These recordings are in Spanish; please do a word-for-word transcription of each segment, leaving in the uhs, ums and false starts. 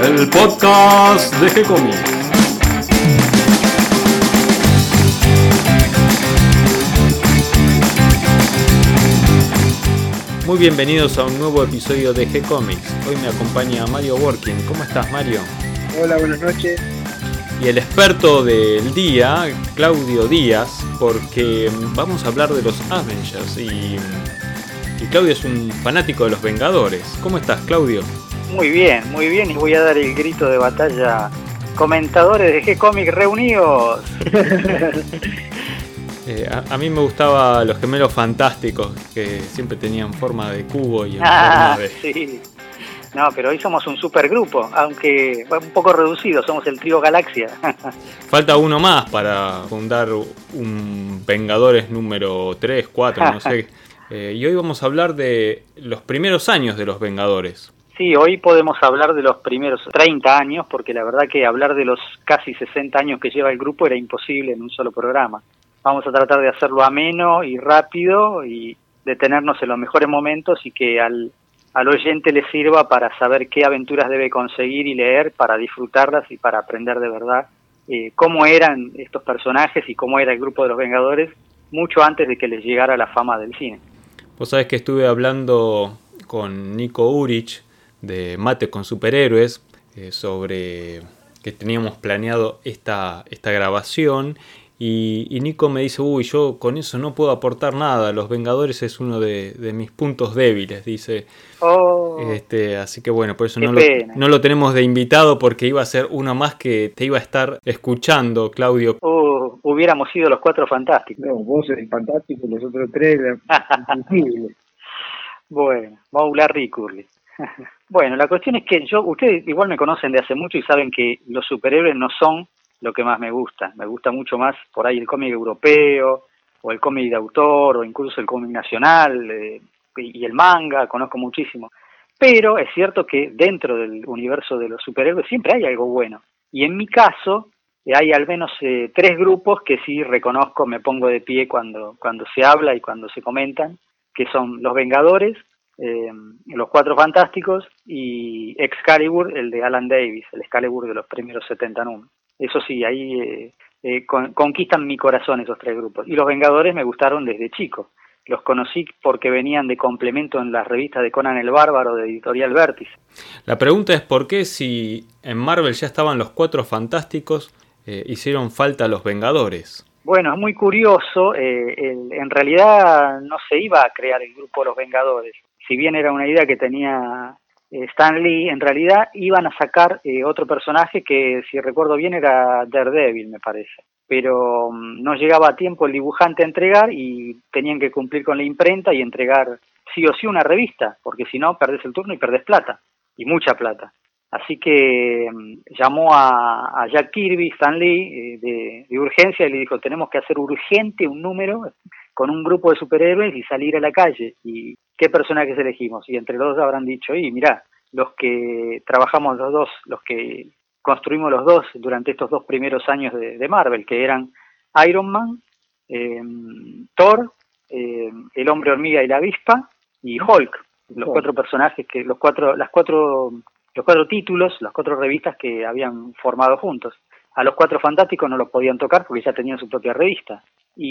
el podcast de G-Comics. Muy bienvenidos a un nuevo episodio de G-Comics. Hoy me acompaña Mario Working. ¿Cómo estás, Mario? Hola, buenas noches. Y el experto del día, Claudio Díaz, porque vamos a hablar de los Avengers y, y Claudio es un fanático de los Vengadores. ¿Cómo estás, Claudio? Muy bien, muy bien, y voy a dar el grito de batalla. Comentadores de G-Comics reunidos. eh, a, a mí me gustaba los Gemelos Fantásticos, que siempre tenían forma de cubo y en ah, forma de... sí. No, pero hoy somos un supergrupo, aunque un poco reducido, somos el trío Galaxia. Falta uno más para fundar un Vengadores número tres, cuatro, no sé. Eh, y hoy vamos a hablar de los primeros años de los Vengadores. Sí, hoy podemos hablar de los primeros treinta años, porque la verdad que hablar de los casi sesenta años que lleva el grupo era imposible en un solo programa. Vamos a tratar de hacerlo ameno y rápido y detenernos en los mejores momentos y que al, al oyente le sirva para saber qué aventuras debe conseguir y leer para disfrutarlas y para aprender de verdad eh, cómo eran estos personajes y cómo era el grupo de los Vengadores mucho antes de que les llegara la fama del cine. Vos sabés que estuve hablando con Nico Urich de Mate con Superhéroes eh, sobre que teníamos planeado esta, esta grabación y, y Nico me dice, uy, yo con eso no puedo aportar nada, los Vengadores es uno de, de mis puntos débiles, dice. Oh, este, así que bueno, por eso no lo, pena. no lo tenemos de invitado porque iba a ser uno más que te iba a estar escuchando, Claudio. Uh, hubiéramos sido los Cuatro Fantásticos. No, vos eres fantástico, los otros tres eran imposibles. Bueno, Larry y Curly. Bueno, la cuestión es que yo, ustedes igual me conocen de hace mucho y saben que los superhéroes no son lo que más me gusta. Me gusta mucho más por ahí el cómic europeo, o el cómic de autor, o incluso el cómic nacional, eh, y el manga, conozco muchísimo. Pero es cierto que dentro del universo de los superhéroes siempre hay algo bueno. Y en mi caso, eh, hay al menos eh, tres grupos que sí reconozco, me pongo de pie cuando, cuando se habla y cuando se comentan, que son los Vengadores, Eh, los Cuatro Fantásticos y Excalibur, el de Alan Davis, el Excalibur de los primeros setenta números. Eso sí, ahí eh, eh, con, conquistan mi corazón esos tres grupos. Y los Vengadores me gustaron desde chico. Los conocí porque venían de complemento en las revistas de Conan el Bárbaro de Editorial Vértice. La pregunta es por qué si en Marvel ya estaban los Cuatro Fantásticos, eh, hicieron falta los Vengadores. Bueno, es muy curioso, eh, el, en realidad no se iba a crear el grupo Los Vengadores. Si bien era una idea que tenía eh, Stan Lee, en realidad iban a sacar eh, otro personaje que, si recuerdo bien, era Daredevil, me parece. Pero um, no llegaba a tiempo el dibujante a entregar y tenían que cumplir con la imprenta y entregar sí o sí una revista, porque si no, perdés el turno y perdés plata, y mucha plata. Así que um, llamó a, a Jack Kirby, Stan Lee, eh, de, de urgencia, y le dijo, tenemos que hacer urgente un número con un grupo de superhéroes y salir a la calle. ¿Y qué personajes elegimos? Y entre los dos habrán dicho, y mirá, los que trabajamos los dos, los que construimos los dos durante estos dos primeros años de, de Marvel, que eran Iron Man, eh, Thor, eh, el Hombre Hormiga y la Avispa, y Hulk, los oh. cuatro personajes, que los cuatro, las cuatro, los cuatro títulos, las cuatro revistas que habían formado juntos. A los Cuatro Fantásticos no los podían tocar porque ya tenían su propia revista.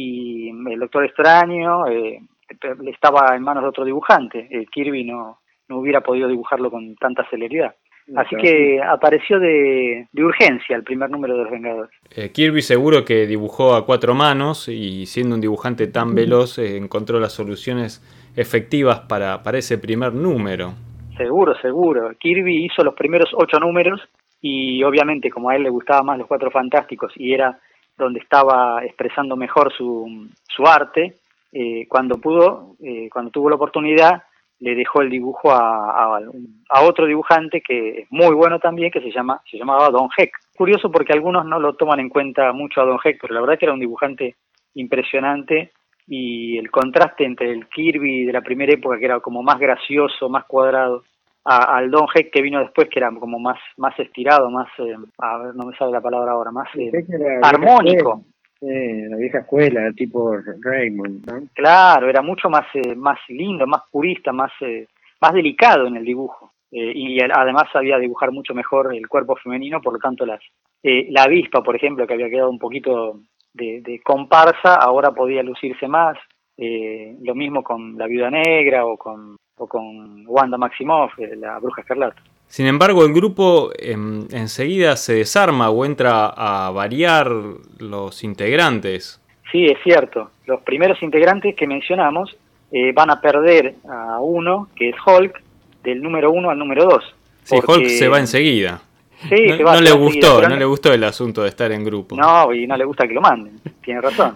Y el Doctor Extraño eh, estaba en manos de otro dibujante. Eh, Kirby no, no hubiera podido dibujarlo con tanta celeridad. Así que apareció de, de urgencia el primer número de los Vengadores. Eh, Kirby seguro que dibujó a cuatro manos y siendo un dibujante tan veloz eh, encontró las soluciones efectivas para, para ese primer número. Seguro, seguro. Kirby hizo los primeros ocho números y obviamente como a él le gustaban más los Cuatro Fantásticos y era donde estaba expresando mejor su, su arte, eh, cuando pudo, eh, cuando tuvo la oportunidad, le dejó el dibujo a, a, a otro dibujante que es muy bueno también, que se llama se llamaba Don Heck. Curioso porque algunos no lo toman en cuenta mucho a Don Heck, pero la verdad que era un dibujante impresionante y el contraste entre el Kirby de la primera época, que era como más gracioso, más cuadrado, A, al Don Heck que vino después, que era como más más estirado, más, eh, a ver, no me sale la palabra ahora, más eh, armónico. Eh, la vieja escuela, tipo Raymond, ¿no? Claro, era mucho más eh, más lindo, más purista, más eh, más delicado en el dibujo. eh, y además sabía dibujar mucho mejor el cuerpo femenino, por lo tanto las eh, la avispa, por ejemplo, que había quedado un poquito de, de comparsa, ahora podía lucirse más, eh, lo mismo con la Viuda Negra o con, o con Wanda Maximoff, eh, la Bruja Escarlata. Sin embargo, el grupo eh, enseguida se desarma o entra a variar los integrantes. Sí, es cierto. Los primeros integrantes que mencionamos eh, van a perder a uno, que es Hulk, del número uno al número dos. Sí, porque... Hulk se va enseguida. Sí, no, se va, no se le va gustó, enseguida, no, no le gustó el asunto de estar en grupo. No, y no le gusta que lo manden. Tiene razón.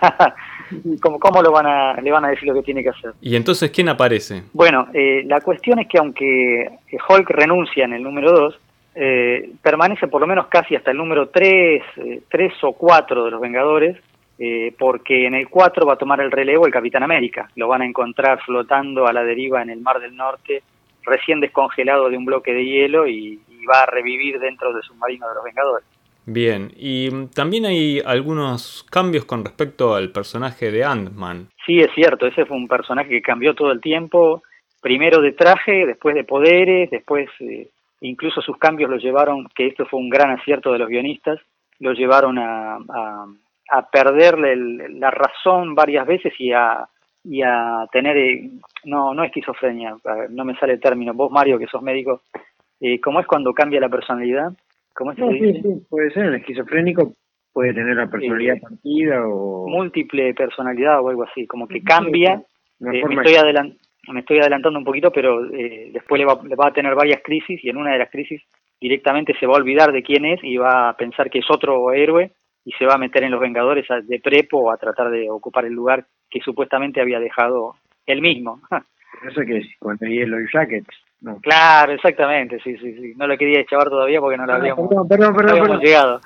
¿Cómo, ¿Cómo lo van a, le van a decir lo que tiene que hacer? ¿Y entonces quién aparece? Bueno, eh, la cuestión es que aunque Hulk renuncia en el número dos, eh, permanece por lo menos casi hasta el número tres, eh, tres o cuatro de los Vengadores, eh, porque en el cuatro va a tomar el relevo el Capitán América. Lo van a encontrar flotando a la deriva en el Mar del Norte, recién descongelado de un bloque de hielo, y, y va a revivir dentro del submarino de los Vengadores. Bien, y también hay algunos cambios con respecto al personaje de Ant-Man. Sí, es cierto, ese fue un personaje que cambió todo el tiempo, primero de traje, después de poderes, después eh, incluso sus cambios los llevaron, que esto fue un gran acierto de los guionistas, lo llevaron a, a, a perderle el, la razón varias veces y a, y a tener, eh, no, no esquizofrenia, no me sale el término, vos Mario que sos médico, eh, ¿cómo es cuando cambia la personalidad? ¿Cómo es que no, se sí, dice? sí, puede ser, un esquizofrénico puede tener la personalidad Eh, partida o... múltiple personalidad o algo así, como que cambia, Una eh, me, forma estoy de... adelant me estoy adelantando un poquito, pero eh, después le va, le va a tener varias crisis, y en una de las crisis directamente se va a olvidar de quién es y va a pensar que es otro héroe y se va a meter en los Vengadores a, de prepo, o a tratar de ocupar el lugar que supuestamente había dejado él mismo. Eso que es cuando Yellow Jackets. No. Claro, exactamente, sí, sí, sí. No lo quería chavar todavía porque no lo habíamos, Ah, perdón, perdón, no perdón, habíamos perdón. llegado.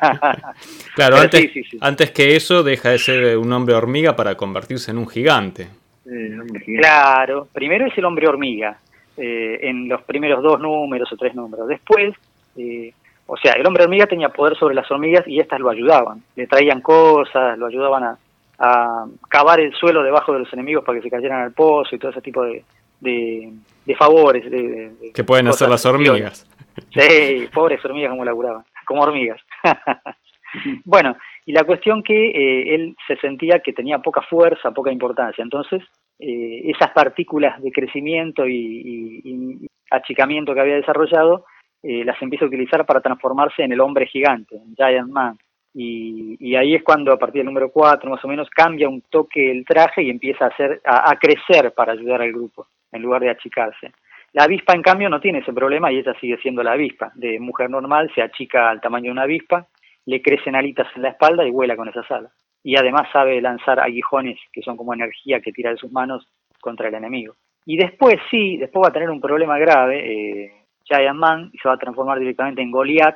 Claro, Pero antes, sí, sí, sí. antes que eso deja de ser un hombre hormiga para convertirse en un gigante. Eh, hombre, Claro, primero es el hombre hormiga, eh, en los primeros dos números o tres números. Después, eh, o sea, el hombre hormiga tenía poder sobre las hormigas y estas lo ayudaban. Le traían cosas, lo ayudaban a, a cavar el suelo debajo de los enemigos para que se cayeran al pozo y todo ese tipo de, de, de favores. De, de que pueden hacer las hormigas. Sí, pobres hormigas como laburaban, como hormigas. Bueno, y la cuestión que eh, él se sentía que tenía poca fuerza, poca importancia, entonces eh, esas partículas de crecimiento y, y, y achicamiento que había desarrollado eh, las empieza a utilizar para transformarse en el hombre gigante, en Giant Man, y, y ahí es cuando a partir del número cuatro más o menos cambia un toque el traje y empieza a, hacer, a, a crecer para ayudar al grupo, en lugar de achicarse. La avispa, en cambio, no tiene ese problema y ella sigue siendo la avispa. De mujer normal se achica al tamaño de una avispa, le crecen alitas en la espalda y vuela con esas alas. Y además sabe lanzar aguijones, que son como energía que tira de sus manos contra el enemigo. Y después sí, después va a tener un problema grave, eh, Giant Man, y se va a transformar directamente en Goliath,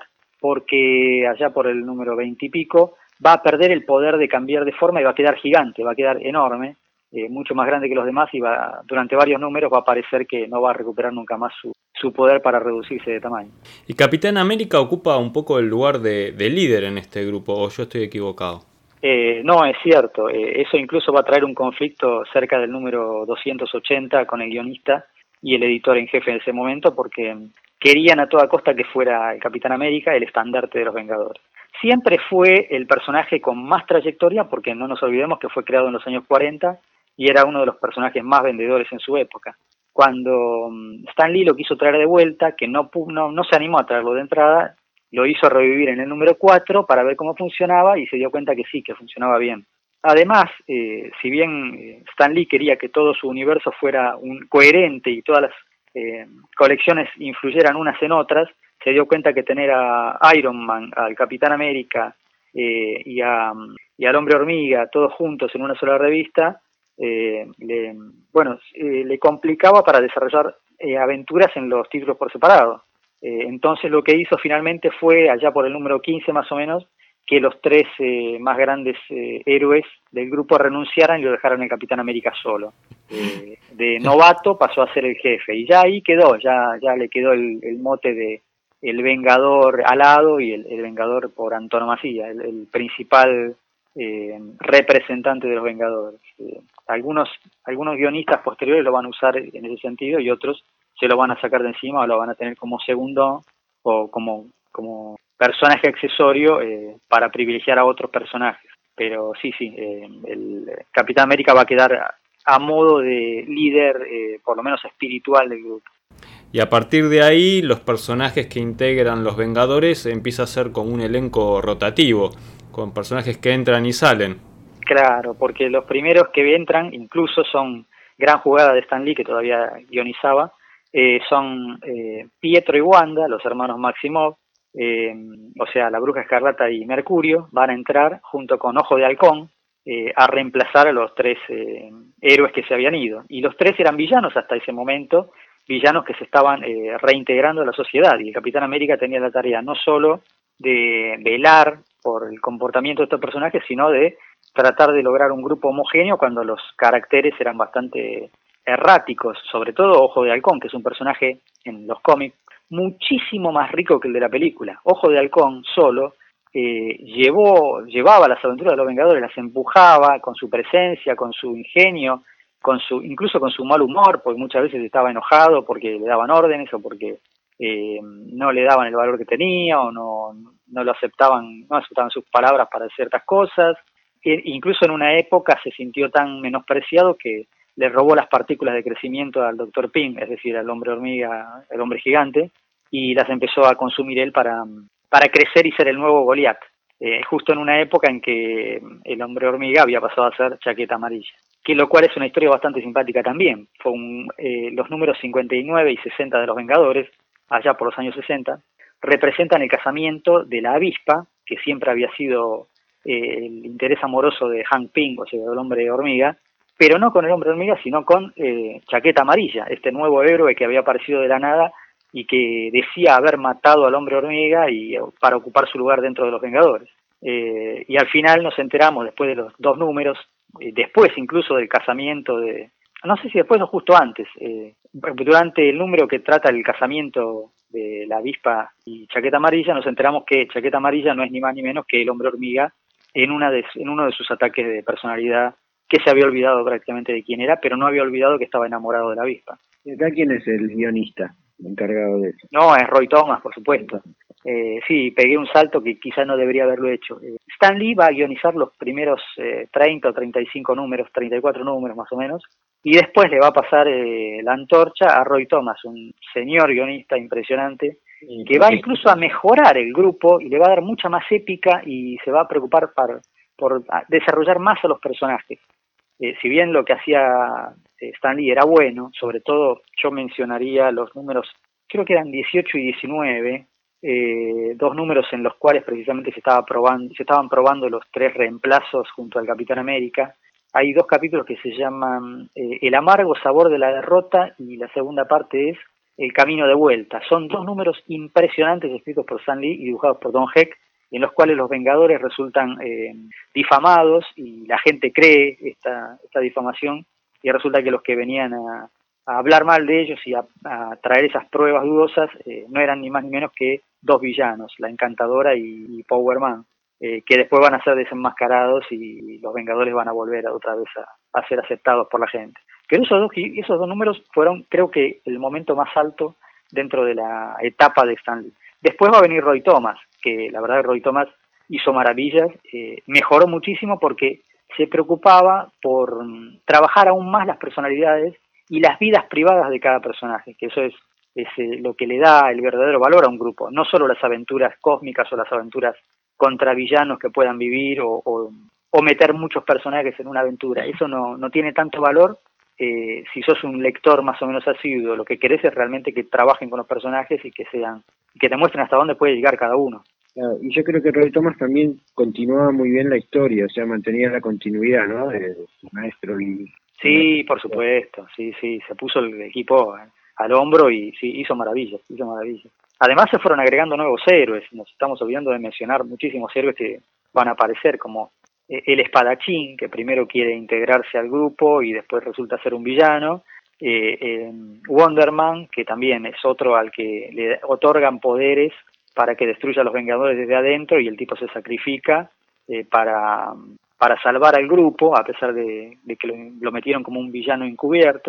porque allá por el número veinte y pico va a perder el poder de cambiar de forma y va a quedar gigante, va a quedar enorme, eh, mucho más grande que los demás, y va, durante varios números va a parecer que no va a recuperar nunca más su, su poder para reducirse de tamaño. Y Capitán América ocupa un poco el lugar de, de líder en este grupo, o yo estoy equivocado. Eh, no, es cierto, eh, eso incluso va a traer un conflicto cerca del número doscientos ochenta con el guionista y el editor en jefe en ese momento, porque querían a toda costa que fuera el Capitán América el estandarte de los Vengadores. Siempre fue el personaje con más trayectoria, porque no nos olvidemos que fue creado en los años cuarenta y era uno de los personajes más vendedores en su época. Cuando Stan Lee lo quiso traer de vuelta, que no, no, no se animó a traerlo de entrada, lo hizo revivir en el número cuatro para ver cómo funcionaba y se dio cuenta que sí, que funcionaba bien. Además, eh, si bien Stan Lee quería que todo su universo fuera un coherente y todas las eh, colecciones influyeran unas en otras, se dio cuenta que tener a Iron Man, al Capitán América eh, y, a, y al Hombre Hormiga, todos juntos en una sola revista, eh, le, bueno, eh, le complicaba para desarrollar eh, aventuras en los títulos por separado. Eh, entonces lo que hizo finalmente fue, allá por el número quince más o menos, que los tres eh, más grandes eh, héroes del grupo renunciaran y lo dejaron el Capitán América solo. Eh, de novato pasó a ser el jefe y ya ahí quedó, ya, ya le quedó el, el mote de el Vengador alado y el, el Vengador por antonomasia, el, el principal eh, representante de los Vengadores. Eh, algunos, algunos guionistas posteriores lo van a usar en ese sentido y otros se lo van a sacar de encima o lo van a tener como segundo o como, como personaje accesorio eh, para privilegiar a otros personajes. Pero sí, sí, eh, el Capitán América va a quedar a, a modo de líder, eh, por lo menos espiritual del grupo. Y a partir de ahí, los personajes que integran los Vengadores empieza a ser como un elenco rotativo, con personajes que entran y salen. Claro, porque los primeros que entran incluso son gran jugada de Stan Lee, que todavía guionizaba, eh, son eh, Pietro y Wanda, los hermanos Maximoff, eh, o sea, la Bruja Escarlata y Mercurio, van a entrar junto con Ojo de Halcón eh, a reemplazar a los tres eh, héroes que se habían ido. Y los tres eran villanos hasta ese momento, villanos que se estaban eh, reintegrando a la sociedad, y el Capitán América tenía la tarea no solo de velar por el comportamiento de estos personajes, sino de tratar de lograr un grupo homogéneo cuando los caracteres eran bastante erráticos, sobre todo Ojo de Halcón, que es un personaje en los cómics muchísimo más rico que el de la película. Ojo de Halcón solo eh, llevó, llevaba las aventuras de los Vengadores, las empujaba con su presencia, con su ingenio, con su, incluso con su mal humor, porque muchas veces estaba enojado porque le daban órdenes o porque eh, no le daban el valor que tenía o no, no lo aceptaban, no aceptaban sus palabras para ciertas cosas. E incluso en una época se sintió tan menospreciado que le robó las partículas de crecimiento al doctor Pym, es decir, al hombre hormiga, el hombre gigante, y las empezó a consumir él para, para crecer y ser el nuevo Goliat, eh, justo en una época en que el hombre hormiga había pasado a ser Chaqueta Amarilla, que lo cual es una historia bastante simpática también. Fue un, eh, los números cincuenta y nueve y sesenta de los Vengadores, allá por los años sesenta, representan el casamiento de la avispa, que siempre había sido eh, el interés amoroso de Hank Pym, o sea, del hombre hormiga, pero no con el hombre hormiga, sino con eh, Chaqueta Amarilla, este nuevo héroe que había aparecido de la nada y que decía haber matado al hombre hormiga y para ocupar su lugar dentro de los Vengadores. Eh, y al final nos enteramos, después de los dos números, eh, después incluso del casamiento de... No sé si después o justo antes, eh, durante el número que trata el casamiento de la avispa y Chaqueta Amarilla, nos enteramos que Chaqueta Amarilla no es ni más ni menos que el hombre hormiga en, una de, en uno de sus ataques de personalidad, que se había olvidado prácticamente de quién era, pero no había olvidado que estaba enamorado de la avispa. ¿Y acá quién es el guionista encargado de eso? No, es Roy Thomas, por supuesto. Eh, sí, pegué un salto que quizá no debería haberlo hecho. Eh, Stan Lee va a guionizar los primeros eh, treinta o treinta y cinco números, treinta y cuatro números más o menos, y después le va a pasar eh, la antorcha a Roy Thomas, un señor guionista impresionante, que va incluso a mejorar el grupo y le va a dar mucha más épica y se va a preocupar por, por desarrollar más a los personajes. Eh, si bien lo que hacía eh, Stan Lee era bueno, sobre todo yo mencionaría los números, creo que eran dieciocho y diecinueve, eh, dos números en los cuales precisamente se estaba probando, se estaban probando los tres reemplazos junto al Capitán América. Hay dos capítulos que se llaman eh, El amargo sabor de la derrota y la segunda parte es El camino de vuelta. Son dos números impresionantes escritos por Stan Lee y dibujados por Don Heck, en los cuales los Vengadores resultan eh, difamados y la gente cree esta, esta difamación y resulta que los que venían a, a hablar mal de ellos y a, a traer esas pruebas dudosas eh, no eran ni más ni menos que dos villanos, la Encantadora y, y Power Man, eh, que después van a ser desenmascarados y los Vengadores van a volver a, otra vez a, a ser aceptados por la gente. Pero esos dos, esos dos números fueron, creo que, el momento más alto dentro de la etapa de Stan Lee. Después va a venir Roy Thomas, que la verdad Roy Thomas hizo maravillas, eh, mejoró muchísimo porque se preocupaba por um, trabajar aún más las personalidades y las vidas privadas de cada personaje, que eso es, es eh, lo que le da el verdadero valor a un grupo, no solo las aventuras cósmicas o las aventuras contra villanos que puedan vivir o, o, o meter muchos personajes en una aventura, eso no, no tiene tanto valor. Eh, si sos un lector más o menos asiduo, lo que querés es realmente que trabajen con los personajes y que sean, que te muestren hasta dónde puede llegar cada uno. Claro, y yo creo que Roy Thomas también continuaba muy bien la historia, o sea, mantenía la continuidad, ¿no? De su maestro y... Sí, por supuesto, sí, sí, se puso el equipo al hombro y sí, hizo maravillas, hizo maravillas. Además se fueron agregando nuevos héroes, nos estamos olvidando de mencionar muchísimos héroes que van a aparecer, como el espadachín, que primero quiere integrarse al grupo y después resulta ser un villano, eh, eh, Wonder Man, que también es otro al que le otorgan poderes para que destruya a los Vengadores desde adentro y el tipo se sacrifica eh, para, para salvar al grupo, a pesar de, de que lo, lo metieron como un villano encubierto.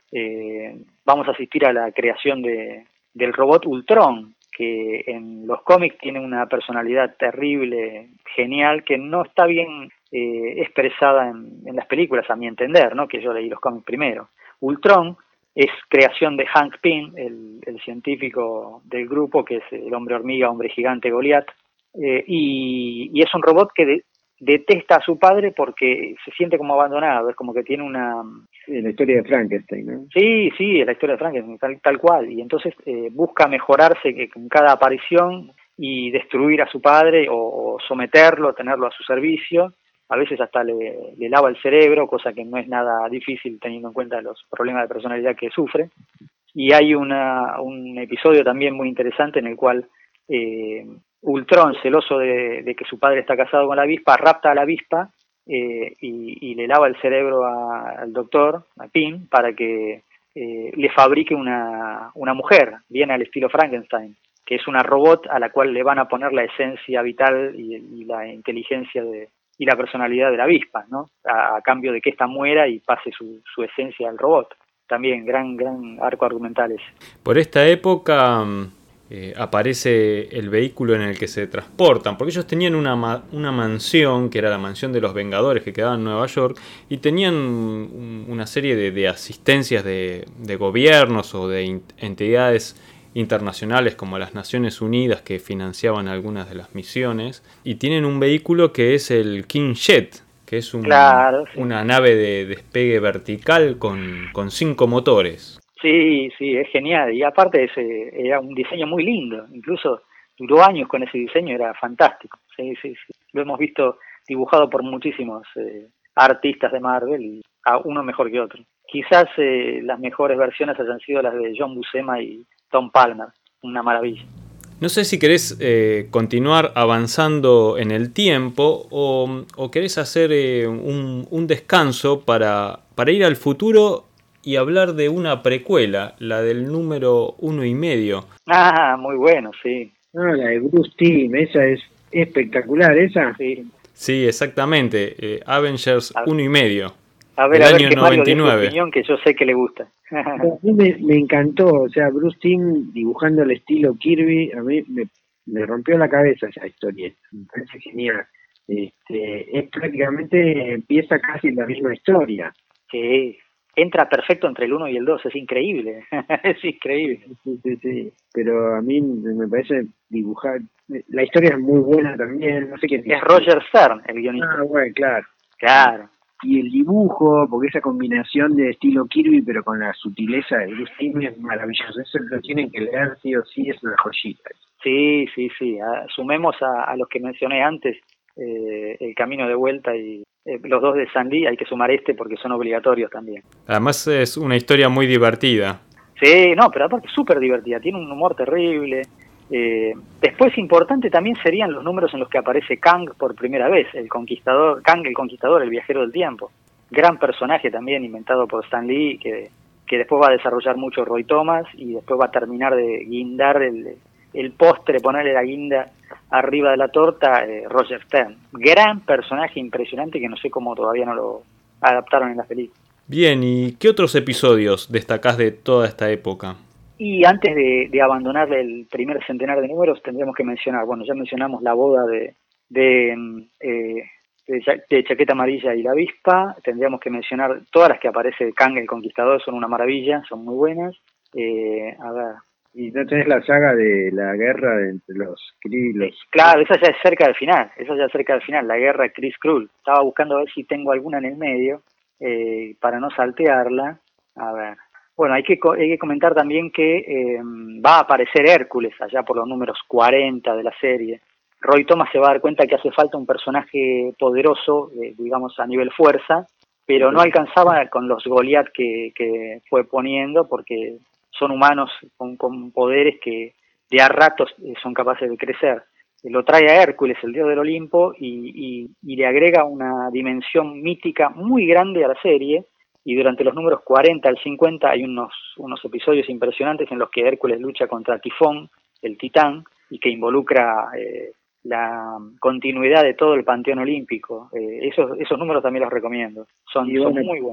eh, vamos a asistir a la creación de, del robot Ultron, que en los cómics tiene una personalidad terrible, genial, que no está bien eh, expresada en, en las películas, a mi entender, ¿no? Que yo leí los cómics primero. Ultron es creación de Hank Pym, el, el científico del grupo, que es el hombre hormiga, hombre gigante Goliath, eh, y, y es un robot que de, detesta a su padre porque se siente como abandonado, es como que tiene una... Sí, la historia de Frankenstein, ¿no? Sí, sí, es la historia de Frankenstein, tal, tal cual, y entonces eh, busca mejorarse que con cada aparición y destruir a su padre o, o someterlo, tenerlo a su servicio, a veces hasta le, le lava el cerebro, cosa que no es nada difícil teniendo en cuenta los problemas de personalidad que sufre. Y hay una, un episodio también muy interesante en el cual eh, Ultron, celoso de, de que su padre está casado con la avispa, rapta a la avispa eh, y, y le lava el cerebro a, al doctor, a Pym, para que eh, le fabrique una, una mujer, bien al estilo Frankenstein, que es una robot a la cual le van a poner la esencia vital y, y la inteligencia de, y la personalidad de la avispa, ¿no? A, a cambio de que ésta muera y pase su, su esencia al robot. También gran, gran arco argumental ese. Por esta época eh, aparece el vehículo en el que se transportan, porque ellos tenían una, ma- una mansión, que era la mansión de los Vengadores, que quedaba en Nueva York, y tenían un, una serie de, de asistencias de, de gobiernos o de in- entidades internacionales como las Naciones Unidas que financiaban algunas de las misiones, y tienen un vehículo que es el King Jet, que es un, claro, sí. una nave de despegue vertical con, con cinco motores. Sí, sí, es genial, y aparte ese era un diseño muy lindo, incluso duró años con ese diseño, era fantástico. Sí, sí, sí. Lo hemos visto dibujado por muchísimos eh, artistas de Marvel, y a uno mejor que otro. Quizás eh, las mejores versiones hayan sido las de John Buscema y Tom Palmer, una maravilla. No sé si querés eh, continuar avanzando en el tiempo o, o querés hacer eh, un, un descanso para, para ir al futuro y hablar de una precuela, la del número uno y medio. Ah, muy bueno, sí. Ah, la de Bruce Timm, esa es espectacular, esa. Sí, sí exactamente, eh, Avengers a, uno y medio. a ver, del a ver año que Mario dé su noventa y nueve. opinión, que yo sé que le gusta. A mí me, me encantó, o sea, Bruce Timm dibujando el estilo Kirby, a mí me, me rompió la cabeza esa historia, me parece genial. Este, es prácticamente, empieza casi la misma historia. Sí, entra perfecto entre el uno y el dos, es increíble, es increíble. Sí, sí, sí, pero a mí me parece dibujar, la historia es muy buena también, no sé qué. Es Roger Stern, el guionista. Ah, bueno, claro. Claro. Y el dibujo, porque esa combinación de estilo Kirby pero con la sutileza de Bruce Timm es maravilloso, eso lo tienen que leer sí o sí, es una joyita. Sí, sí, sí, ah, sumemos a, a los que mencioné antes, eh, El Camino de Vuelta y eh, los dos de Stan Lee, hay que sumar este porque son obligatorios también. Además es una historia muy divertida. Sí, no, pero aparte súper divertida, tiene un humor terrible. Eh, después importante también serían los números en los que aparece Kang por primera vez, el conquistador, Kang el conquistador, el viajero del tiempo. Gran personaje también inventado por Stan Lee, que, que después va a desarrollar mucho Roy Thomas y después va a terminar de guindar el, el postre, ponerle la guinda arriba de la torta, eh, Roger Stern. Gran personaje impresionante que no sé cómo todavía no lo adaptaron en la película. Bien, ¿y qué otros episodios destacás de toda esta época? Y antes de, de abandonar el primer centenar de números, tendríamos que mencionar, bueno, ya mencionamos la boda de, de, eh, de, de Chaqueta Amarilla y la Avispa, tendríamos que mencionar todas las que aparece Kang el Conquistador, son una maravilla, son muy buenas. Eh, a ver. Y no tenés la saga de la guerra entre los Kree y los... Claro, esa ya es cerca del final, esa ya es cerca del final, la guerra Kree-Skrull. Estaba buscando a ver si tengo alguna en el medio, eh, para no saltearla. A ver. Bueno, hay que, hay que comentar también que eh, va a aparecer Hércules allá por los números cuarenta de la serie. Roy Thomas se va a dar cuenta que hace falta un personaje poderoso, eh, digamos a nivel fuerza, pero no alcanzaba con los Goliath que, que fue poniendo, porque son humanos con, con poderes que de a ratos son capaces de crecer. Lo trae a Hércules, el dios del Olimpo, y, y, y le agrega una dimensión mítica muy grande a la serie. Y durante los números cuarenta al cincuenta hay unos, unos episodios impresionantes en los que Hércules lucha contra Tifón, el titán, y que involucra eh, la continuidad de todo el panteón olímpico. Eh, esos, esos números también los recomiendo, son, bueno, son muy buenos.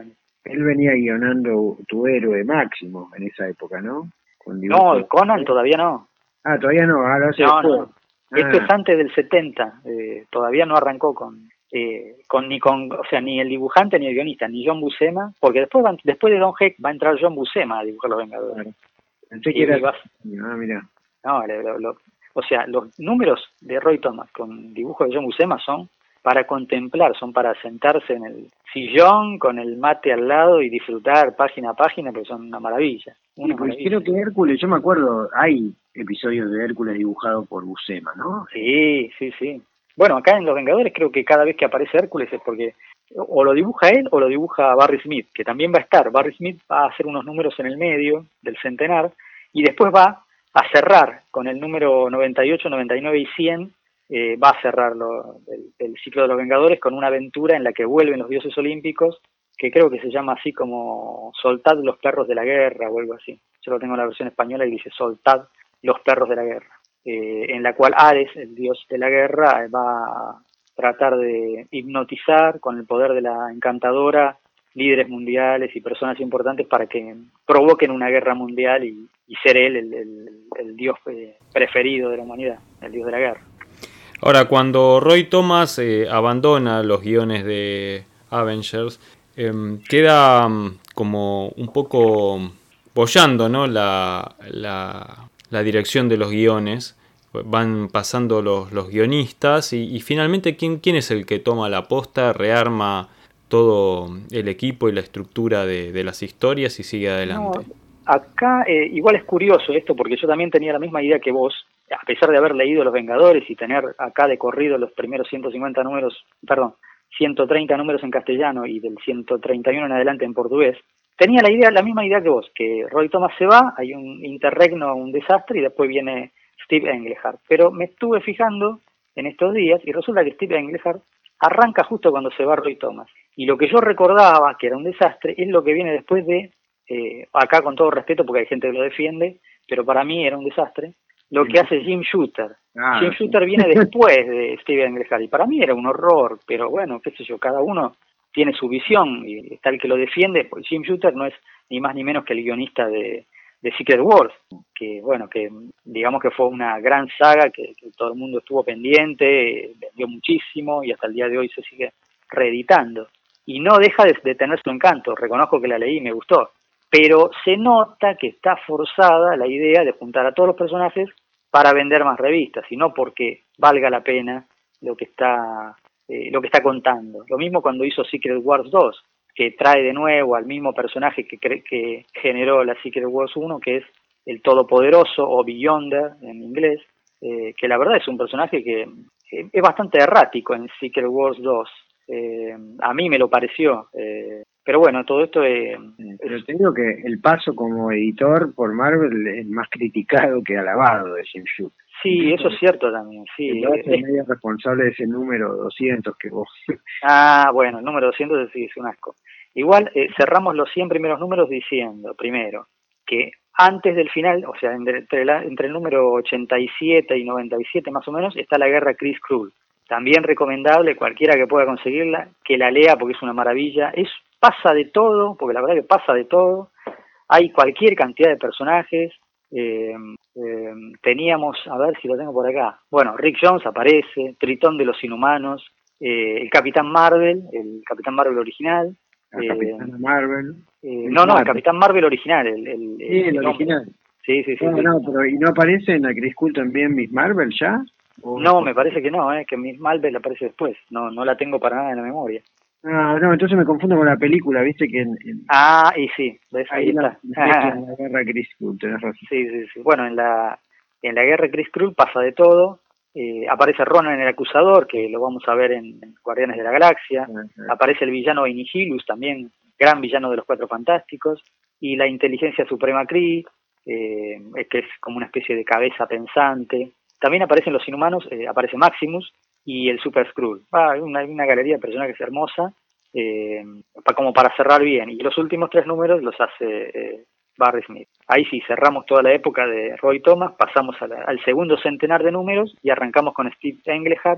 él venía guionando Tu héroe máximo en esa época, ¿no? Con no, Conan todavía no. Ah, todavía no, ahora se No, no. Ah. Esto es antes del setenta, eh, todavía no arrancó con, eh, con ni con, o sea, ni el dibujante ni el guionista, ni John Buscema, porque después van, después de Don Heck va a entrar John Buscema a dibujar Los Vengadores. Claro. Pensé que era... Ah, mira. No, lo, lo, o sea, los números de Roy Thomas con dibujos de John Buscema son para contemplar, son para sentarse en el sillón con el mate al lado y disfrutar página a página, porque son una maravilla. Una sí, pues maravilla. Creo que Hércules, yo me acuerdo, hay episodios de Hércules dibujados por Buscema, ¿no? Sí, sí, sí. Bueno, acá en Los Vengadores creo que cada vez que aparece Hércules es porque o lo dibuja él o lo dibuja Barry Smith, que también va a estar. Barry Smith va a hacer unos números en el medio del centenar y después va a cerrar con el número noventa y ocho, noventa y nueve y cien, eh, va a cerrar lo, el, el ciclo de Los Vengadores con una aventura en la que vuelven los dioses olímpicos, que creo que se llama así como Soltad los perros de la guerra o algo así. Yo lo tengo en la versión española y dice Soltad los perros de la guerra, eh, en la cual Ares, el dios de la guerra, va a tratar de hipnotizar con el poder de la encantadora líderes mundiales y personas importantes para que provoquen una guerra mundial y, y ser él el, el, el dios preferido de la humanidad, el dios de la guerra. Ahora, cuando Roy Thomas eh, abandona los guiones de Avengers, eh, queda um, como un poco boyando, ¿no? la, la, la dirección de los guiones. Van pasando los, los guionistas y, y finalmente ¿quién, quién es el que toma la posta, rearma todo el equipo y la estructura de, de las historias y sigue adelante? No, acá eh, igual es curioso esto porque yo también tenía la misma idea que vos, a pesar de haber leído Los Vengadores y tener acá de corrido los primeros ciento cincuenta números, perdón, ciento treinta números en castellano y del ciento treinta y uno en adelante en portugués, tenía la idea, la misma idea que vos, que Roy Thomas se va, hay un interregno, un desastre y después viene Steve Englehart. Pero me estuve fijando en estos días y resulta que Steve Englehart arranca justo cuando se va Roy Thomas. Y lo que yo recordaba que era un desastre es lo que viene después de, eh, acá con todo respeto porque hay gente que lo defiende, pero para mí era un desastre, lo que hace Jim Shooter. Ah, Jim Shooter viene después de Steve Englehart y para mí era un horror, pero bueno, qué sé yo, cada uno tiene su visión y está el que lo defiende, pues Jim Shooter no es ni más ni menos que el guionista de, de Secret Wars, que bueno, que digamos que fue una gran saga que, que todo el mundo estuvo pendiente, vendió muchísimo y hasta el día de hoy se sigue reeditando. Y no deja de, de tener su encanto, reconozco que la leí y me gustó, pero se nota que está forzada la idea de juntar a todos los personajes para vender más revistas, y no porque valga la pena lo que está eh, lo que está contando. Lo mismo cuando hizo Secret Wars dos, que trae de nuevo al mismo personaje que, cre que generó la Secret Wars uno, que es el Todopoderoso o Beyonder en inglés, eh, que la verdad es un personaje que eh, es bastante errático en Secret Wars dos. Eh, a mí me lo pareció, eh, pero bueno, todo esto es... Pero te digo que el paso como editor por Marvel es más criticado que alabado de Jim Shooter. Sí, eso es cierto también, sí. Es medio responsable de ese número doscientos que vos... Ah, bueno, el número doscientos sí es un asco. Igual eh, cerramos los cien primeros números diciendo, primero, que antes del final, o sea, entre, la, entre el número ochenta y siete y noventa y siete más o menos, está la guerra Chris Krull. También recomendable, cualquiera que pueda conseguirla, que la lea porque es una maravilla. Es pasa de todo, porque la verdad que pasa de todo. Hay cualquier cantidad de personajes. Eh, eh, teníamos, a ver si lo tengo por acá. Bueno, Rick Jones aparece, Tritón de los Inhumanos, eh, el Capitán Marvel, el Capitán Marvel original. La eh, Capitán Marvel. Eh, no, no, el Capitán Marvel original. El, el, sí, el, el original. Sí, sí, sí. No, sí. no, pero ¿y no aparece en la Chris Krull también Miss Marvel ya? ¿O? No, me parece que no, eh, que Miss Marvel aparece después. No, no la tengo para nada en la memoria. Ah, no, entonces me confundo con la película, viste que en... en... Ah, y sí, ves, ahí, ahí está. La, en la guerra Chris Krull, tenés razón. Sí, sí, sí. Bueno, en la, en la guerra Chris Krull pasa de todo. Eh, aparece Ronan el Acusador, que lo vamos a ver en, en Guardianes de la Galaxia. Ah, ah. Aparece el villano Inihilus, también gran villano de los Cuatro Fantásticos. Y la inteligencia suprema Kree, eh, que es como una especie de cabeza pensante. También aparecen los Inhumanos, eh, aparece Maximus y el Super Skrull. Ah, una, una galería de personajes hermosa, eh, pa, como para cerrar bien. Y los últimos tres números los hace eh, Barry Smith. Ahí sí, cerramos toda la época de Roy Thomas, pasamos a la, al segundo centenar de números y arrancamos con Steve Englehart,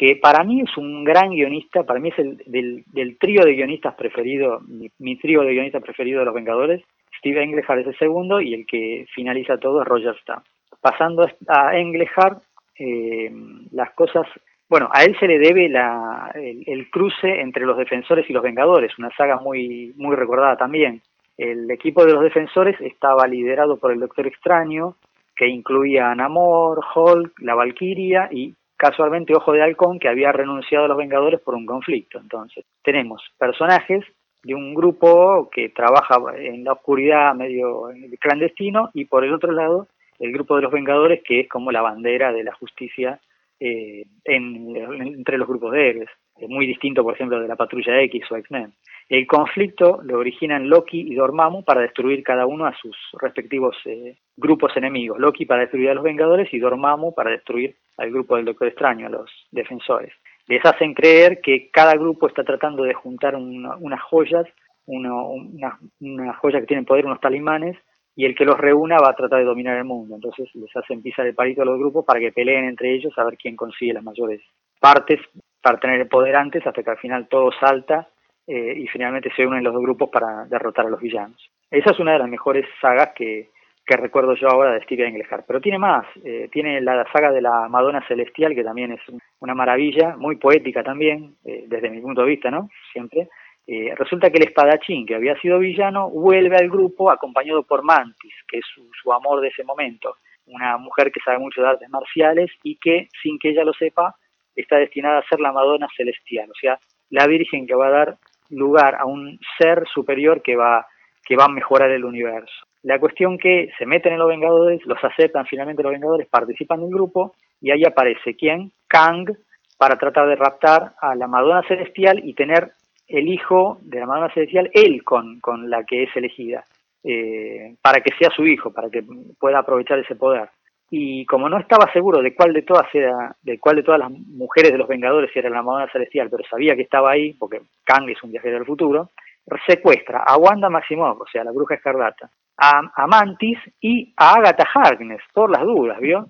que para mí es un gran guionista, para mí es el del, del trío de guionistas preferido, mi, mi trío de guionistas preferido de Los Vengadores. Steve Englehart es el segundo y el que finaliza todo es Roger Stern. Pasando a Englehart, eh, las cosas... Bueno, a él se le debe la, el, el cruce entre los Defensores y los Vengadores, una saga muy, muy recordada también. El equipo de los Defensores estaba liderado por el Doctor Extraño, que incluía a Namor, Hulk, la Valquiria y casualmente Ojo de Halcón, que había renunciado a los Vengadores por un conflicto. Entonces, tenemos personajes de un grupo que trabaja en la oscuridad medio clandestino y por el otro lado, el grupo de los Vengadores, que es como la bandera de la justicia eh, en, entre los grupos de héroes. Es muy distinto, por ejemplo, de la Patrulla X o X-Men. El conflicto lo originan Loki y Dormammu para destruir cada uno a sus respectivos eh, grupos enemigos. Loki para destruir a los Vengadores y Dormammu para destruir al grupo del Doctor Extraño, a los Defensores. Les hacen creer que cada grupo está tratando de juntar una, unas joyas, uno, una, una joya que tienen poder, unos talismanes, y el que los reúna va a tratar de dominar el mundo. Entonces les hacen pisar el palito a los grupos para que peleen entre ellos a ver quién consigue las mayores partes para tener el poder antes, hasta que al final todo salta eh, y finalmente se unen los dos grupos para derrotar a los villanos. Esa es una de las mejores sagas que, que recuerdo yo ahora de Steve Englehart. Pero tiene más, eh, tiene la saga de la Madonna Celestial, que también es una maravilla, muy poética también, eh, desde mi punto de vista, ¿no? Siempre. Eh, resulta que el espadachín, que había sido villano, vuelve al grupo acompañado por Mantis, que es su, su amor de ese momento, una mujer que sabe mucho de artes marciales y que, sin que ella lo sepa, está destinada a ser la Madonna Celestial, o sea, la Virgen que va a dar lugar a un ser superior que va, que va a mejorar el universo. La cuestión que se meten en los Vengadores, los aceptan finalmente los Vengadores, participan del grupo y ahí aparece ¿quién? Kang, para tratar de raptar a la Madonna Celestial y tener el hijo de la Madonna Celestial, él con, con la que es elegida, eh, para que sea su hijo, para que pueda aprovechar ese poder. Y como no estaba seguro de cuál de todas era, de cuál de todas las mujeres de los Vengadores era la Madonna Celestial, pero sabía que estaba ahí, porque Kang es un viajero del futuro, secuestra a Wanda Maximoff, o sea, la Bruja Escarlata, a, a Mantis y a Agatha Harkness, por las dudas, ¿vio?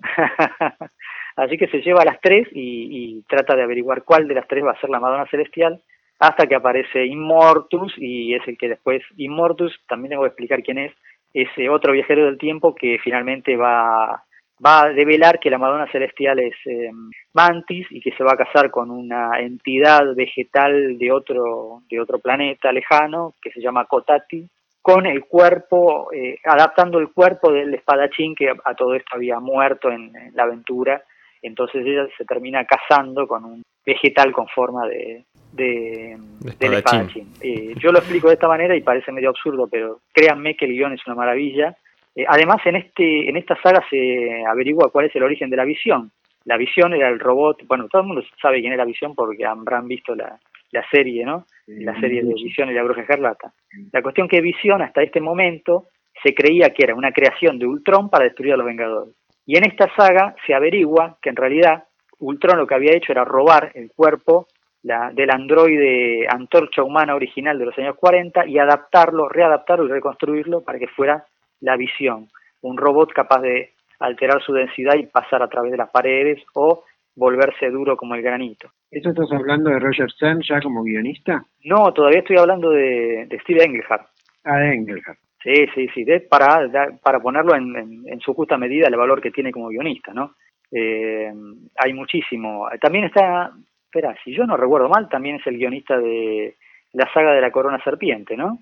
Así que se lleva a las tres y, y trata de averiguar cuál de las tres va a ser la Madonna Celestial, hasta que aparece Immortus, y es el que después, Immortus, también tengo que explicar quién es, es otro viajero del tiempo que finalmente va... va a develar que la Madonna Celestial es eh, Mantis y que se va a casar con una entidad vegetal de otro de otro planeta lejano que se llama Kotati, con el cuerpo, eh, adaptando el cuerpo del espadachín que a todo esto había muerto en, en la aventura. Entonces ella se termina casando con un vegetal con forma de, de, de espadachín. Del espadachín. Eh, yo lo explico de esta manera y parece medio absurdo, pero créanme que el guión es una maravilla. Eh, además, en este en esta saga se averigua cuál es el origen de la Visión. La Visión era el robot, bueno, todo el mundo sabe quién es la Visión porque habrán visto la, la serie, ¿no? La serie de Visión y la Bruja Escarlata. La cuestión que Visión, hasta este momento, se creía que era una creación de Ultron para destruir a los Vengadores. Y en esta saga se averigua que en realidad Ultron lo que había hecho era robar el cuerpo la, del androide Antorcha Humana original de los años cuarenta y adaptarlo, readaptarlo y reconstruirlo para que fuera la Visión, un robot capaz de alterar su densidad y pasar a través de las paredes o volverse duro como el granito. ¿Eso estás hablando de Roger Stern ya como guionista? No, todavía estoy hablando de, de Steve Englehart. Ah, de Englehart. Sí, sí, sí, de, para, de, para ponerlo en, en, en su justa medida el valor que tiene como guionista, ¿no? Eh, hay muchísimo. También está, espera, si yo no recuerdo mal, también es el guionista de la saga de la Corona Serpiente, ¿no?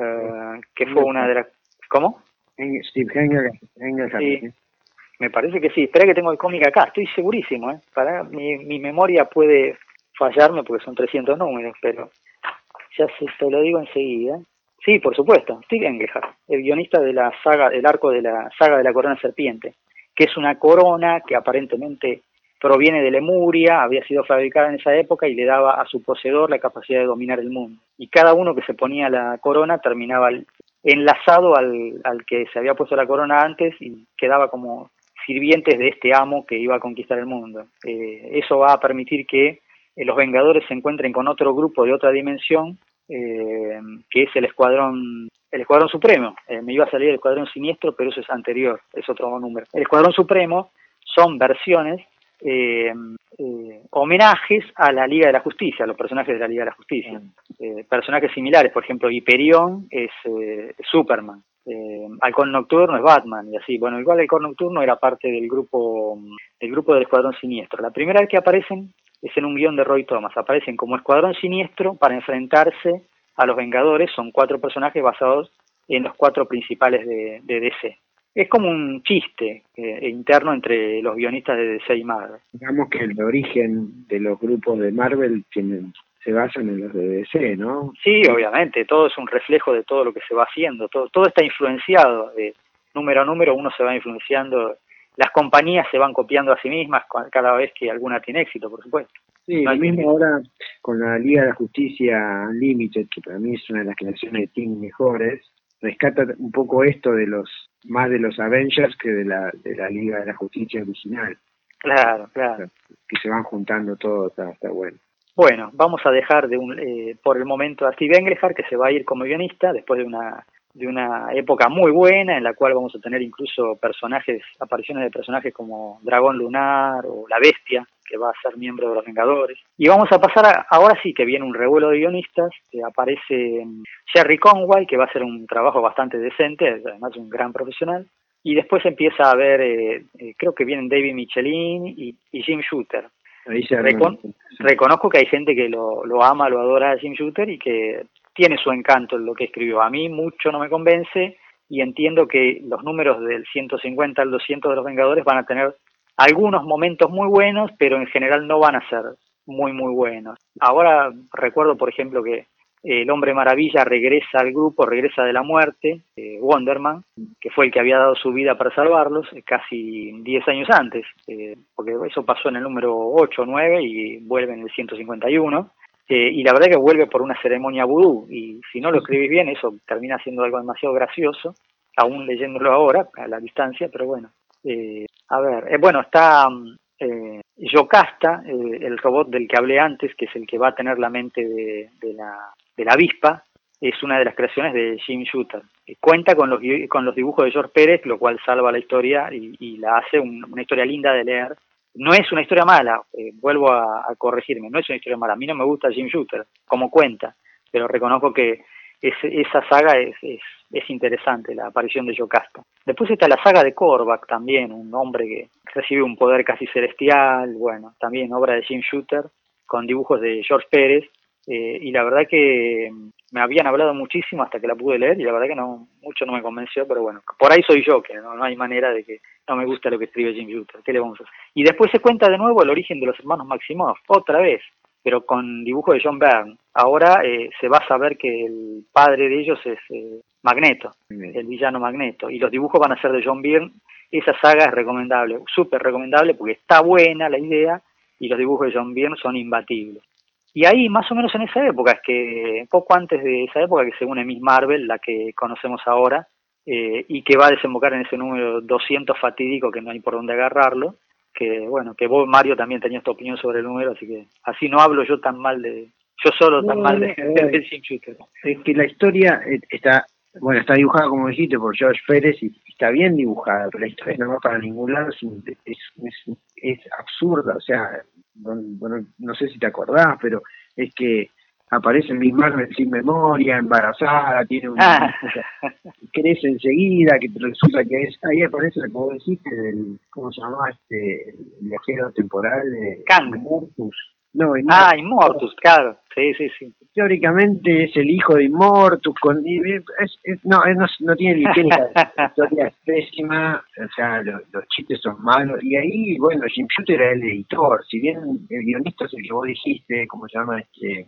Eh, que fue una de las... ¿Cómo? Steve Englehart. Sí, me parece que sí. Espera que tengo el cómic acá, estoy segurísimo, ¿eh? Para, mi, mi memoria puede fallarme porque son trescientos números, pero ya se, te lo digo enseguida. Sí, por supuesto, Steve Englehart, el guionista de la saga, el arco de la saga de la Corona Serpiente, que es una corona que aparentemente proviene de Lemuria, había sido fabricada en esa época y le daba a su poseedor la capacidad de dominar el mundo. Y cada uno que se ponía la corona terminaba enlazado al, al que se había puesto la corona antes y quedaba como sirvientes de este amo que iba a conquistar el mundo. Eh, eso va a permitir que eh, los Vengadores se encuentren con otro grupo de otra dimensión, eh, que es el Escuadrón el Escuadrón Supremo. Eh, me iba a salir el Escuadrón Siniestro, pero eso es anterior, es otro número. El Escuadrón Supremo son versiones eh, eh, homenajes a la Liga de la Justicia, a los personajes de la Liga de la Justicia. Eh, personajes similares, por ejemplo, Hyperion es eh, Superman, eh, Halcón Nocturno es Batman, y así. Bueno, igual Halcón Nocturno era parte del grupo, del grupo del Escuadrón Siniestro. La primera vez que aparecen es en un guión de Roy Thomas, aparecen como Escuadrón Siniestro para enfrentarse a los Vengadores. Son cuatro personajes basados en los cuatro principales de, de D C. Es como un chiste eh, interno entre los guionistas de D C y Marvel. Digamos que el origen de los grupos de Marvel tienen, se basan en los de D C, ¿no? Sí, obviamente, todo es un reflejo de todo lo que se va haciendo, todo, todo está influenciado, eh, número a número uno se va influenciando, las compañías se van copiando a sí mismas cada vez que alguna tiene éxito, por supuesto. Sí, no lo mismo que... ahora con la Liga de la Justicia Unlimited, que para mí es una de las creaciones de Team mejores, rescata un poco esto de los más de los Avengers que de la de la Liga de la Justicia original. Claro, claro. Que se van juntando todos, está, está bueno. Bueno, vamos a dejar de un eh, por el momento a Steve Englehart, que se va a ir como guionista después de una de una época muy buena en la cual vamos a tener incluso personajes, apariciones de personajes como Dragón Lunar o La Bestia, que va a ser miembro de los Vengadores. Y vamos a pasar a, ahora sí que viene un revuelo de guionistas, que aparece Jerry Conway, que va a hacer un trabajo bastante decente, además un gran profesional. Y después empieza a ver, eh, eh, creo que vienen David Michelin y, y Jim Shooter. Ahí se Recon reconozco que hay gente que lo, lo ama, lo adora a Jim Shooter y que tiene su encanto en lo que escribió. A mí mucho no me convence y entiendo que los números del ciento cincuenta al doscientos de los Vengadores van a tener algunos momentos muy buenos, pero en general no van a ser muy muy buenos. Ahora recuerdo, por ejemplo, que el Hombre Maravilla regresa al grupo, regresa de la muerte, eh, Wonderman, que fue el que había dado su vida para salvarlos, eh, casi diez años antes, eh, porque eso pasó en el número ocho o nueve y vuelve en el ciento cincuenta y uno, eh, y la verdad que vuelve por una ceremonia vudú, y si no lo escribís bien, eso termina siendo algo demasiado gracioso, aún leyéndolo ahora, a la distancia, pero bueno. Eh, a ver, eh, bueno, está... Eh, Yocasta, eh, el robot del que hablé antes, que es el que va a tener la mente de, de, la, de la avispa, es una de las creaciones de Jim Shooter. Eh, cuenta con los, con los dibujos de George Pérez, lo cual salva la historia y, y la hace un, una historia linda de leer. No es una historia mala, eh, vuelvo a, a corregirme, no es una historia mala. A mí no me gusta Jim Shooter, como cuenta, pero reconozco que es, esa saga es, es, es interesante, la aparición de Yocasta. Después está la saga de Korvac también, un hombre que recibe un poder casi celestial, bueno, también obra de Jim Shooter, con dibujos de George Pérez, eh, y la verdad que me habían hablado muchísimo hasta que la pude leer, y la verdad que no mucho no me convenció, pero bueno, por ahí soy yo, que no, no hay manera de que no me gusta lo que escribe Jim Shooter, ¿qué le vamos a hacer? Y después se cuenta de nuevo el origen de los hermanos Maximoff, otra vez, pero con dibujo de John Byrne. Ahora eh, se va a saber que el padre de ellos es eh, Magneto, el villano Magneto, y los dibujos van a ser de John Byrne. Esa saga es recomendable, súper recomendable, porque está buena la idea, y los dibujos de John Byrne son imbatibles. Y ahí, más o menos en esa época, es que, poco antes de esa época, que se une Miss Marvel, la que conocemos ahora, eh, y que va a desembocar en ese número doscientos fatídico, que no hay por dónde agarrarlo, que bueno, que vos, Mario, también tenías tu opinión sobre el número, así que así no hablo yo tan mal de, yo solo tan no, mal de, no, de, de Jim Shooter. Es que la historia está, bueno, está dibujada, como dijiste, por George Pérez, y está bien dibujada, pero la historia no va para ningún lado, es, es, es, es absurda, o sea, bueno, no sé si te acordás, pero es que aparece Miss Marvel sin memoria, embarazada, tiene un... Ah. crece enseguida, que resulta que es... Ahí aparece lo que vos dijiste, del, ¿cómo se llama? Este, el viajero temporal de... Kang. Immortus. No, Immortus. Ah, Immortus, claro. Sí, sí, sí. Teóricamente es el hijo de Immortus, con, es, es, no, no, no tiene ni pie ni cabeza, la historia es pésima, o sea, lo, los chistes son malos, y ahí, bueno, Jim Shooter era el editor, si bien el guionista es el que vos dijiste, ¿cómo se llama? Este...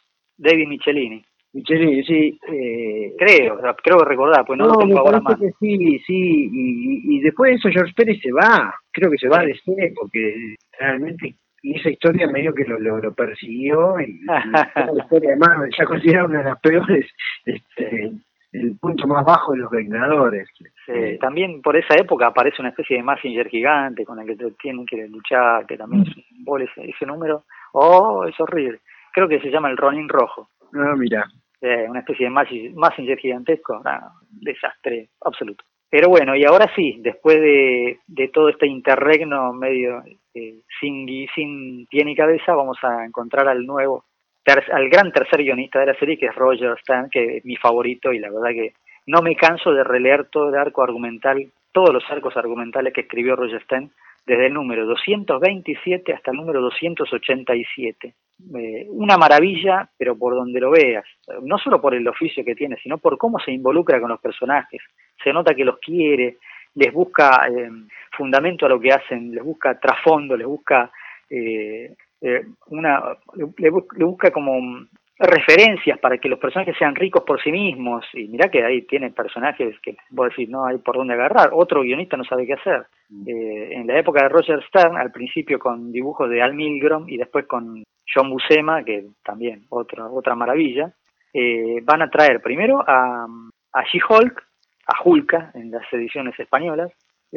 David Michelini. Michelini, sí. Eh, creo, creo recordar, pues no, no lo tengo ahora más. Que sí, sí, y, y después de eso George Pérez se va, creo que se va de C, porque realmente esa historia medio que lo, lo, lo persiguió, y, y la historia de Marvel ya considera una de las peores, este, el punto más bajo de los Vengadores. Sí, eh, también por esa época aparece una especie de Mazinger gigante con el que tienen que luchar, que también es un bol ese, ese número. Oh, es horrible. Creo que se llama el Ronin Rojo. Ah, mira. Eh, una especie de Mazinger gigantesco, ah, desastre absoluto. Pero bueno, y ahora sí, después de, de todo este interregno medio eh, sin, gui- sin pie ni cabeza, vamos a encontrar al nuevo, ter- al gran tercer guionista de la serie, que es Roger Stern, que es mi favorito, y la verdad que no me canso de releer todo el arco argumental, todos los arcos argumentales que escribió Roger Stern, desde el número doscientos veintisiete hasta el número doscientos ochenta y siete. Eh, una maravilla, pero por donde lo veas, no solo por el oficio que tiene, sino por cómo se involucra con los personajes. Se nota que los quiere, les busca eh, fundamento a lo que hacen, les busca trasfondo, les busca eh, eh, una, le, le busca como referencias para que los personajes sean ricos por sí mismos. Y mirá que ahí tiene personajes que vos decís, no hay por dónde agarrar, otro guionista no sabe qué hacer. Eh, en la época de Roger Stern, al principio con dibujos de Al Milgrom y después con John Buscema, que también otra otra maravilla, eh, van a traer primero a, a She-Hulk, a Hulka en las ediciones españolas,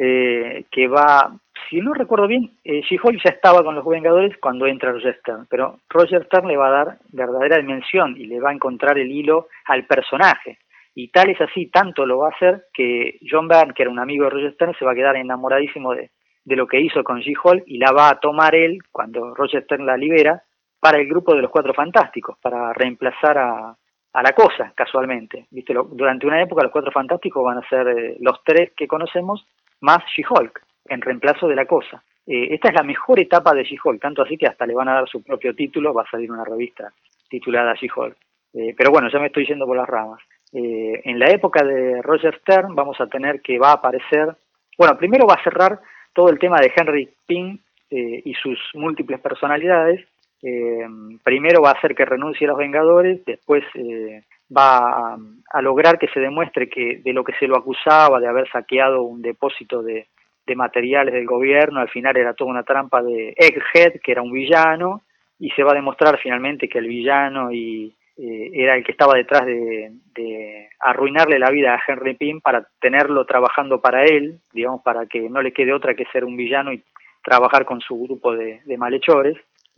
eh, que va, si no recuerdo bien, eh, She-Hulk ya estaba con los Vengadores cuando entra Roger Stern, pero Roger Stern le va a dar verdadera dimensión y le va a encontrar el hilo al personaje. Y tal es así, tanto lo va a hacer que John Byrne, que era un amigo de Roger Stern, se va a quedar enamoradísimo de, de lo que hizo con She-Hulk y la va a tomar él, cuando Roger Stern la libera, para el grupo de los Cuatro Fantásticos, para reemplazar a, a la Cosa, casualmente. ¿Viste? Lo, durante una época los Cuatro Fantásticos van a ser eh, los tres que conocemos, más She-Hulk, en reemplazo de la Cosa. Eh, esta es la mejor etapa de She-Hulk, tanto así que hasta le van a dar su propio título, va a salir una revista titulada She-Hulk. Eh, pero bueno, ya me estoy yendo por las ramas. Eh, en la época de Roger Stern vamos a tener que va a aparecer, bueno, primero va a cerrar todo el tema de Henry Pym eh, y sus múltiples personalidades. Eh, primero va a hacer que renuncie a los Vengadores, después eh, va a, a lograr que se demuestre que de lo que se lo acusaba de haber saqueado un depósito de, de materiales del gobierno, al final era toda una trampa de Egghead, que era un villano, y se va a demostrar finalmente que el villano y eh, era el que estaba detrás de, de arruinarle la vida a Henry Pym para tenerlo trabajando para él, digamos, para que no le quede otra que ser un villano y trabajar con su grupo de, de malhechores.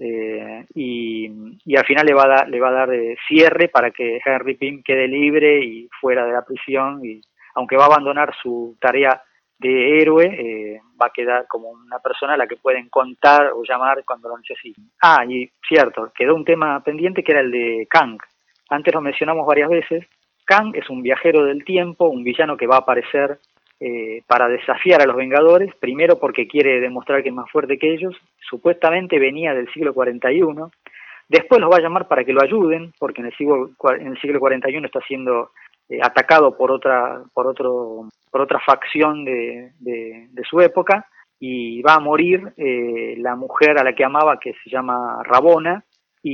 Eh, y, y al final le va a dar, le va a dar eh, cierre para que Henry Pym quede libre y fuera de la prisión, y aunque va a abandonar su tarea de héroe, eh, va a quedar como una persona a la que pueden contar o llamar cuando lo necesiten. Ah, y cierto, quedó un tema pendiente que era el de Kang. Antes lo mencionamos varias veces. Kang es un viajero del tiempo, un villano que va a aparecer Eh, para desafiar a los Vengadores, primero porque quiere demostrar que es más fuerte que ellos, supuestamente venía del siglo cuarenta y uno, después los va a llamar para que lo ayuden, porque en el siglo, en el siglo cuarenta y uno está siendo eh, atacado por otra, por otro, por otra facción de, de, de su época, y va a morir eh, la mujer a la que amaba, que se llama Rabona,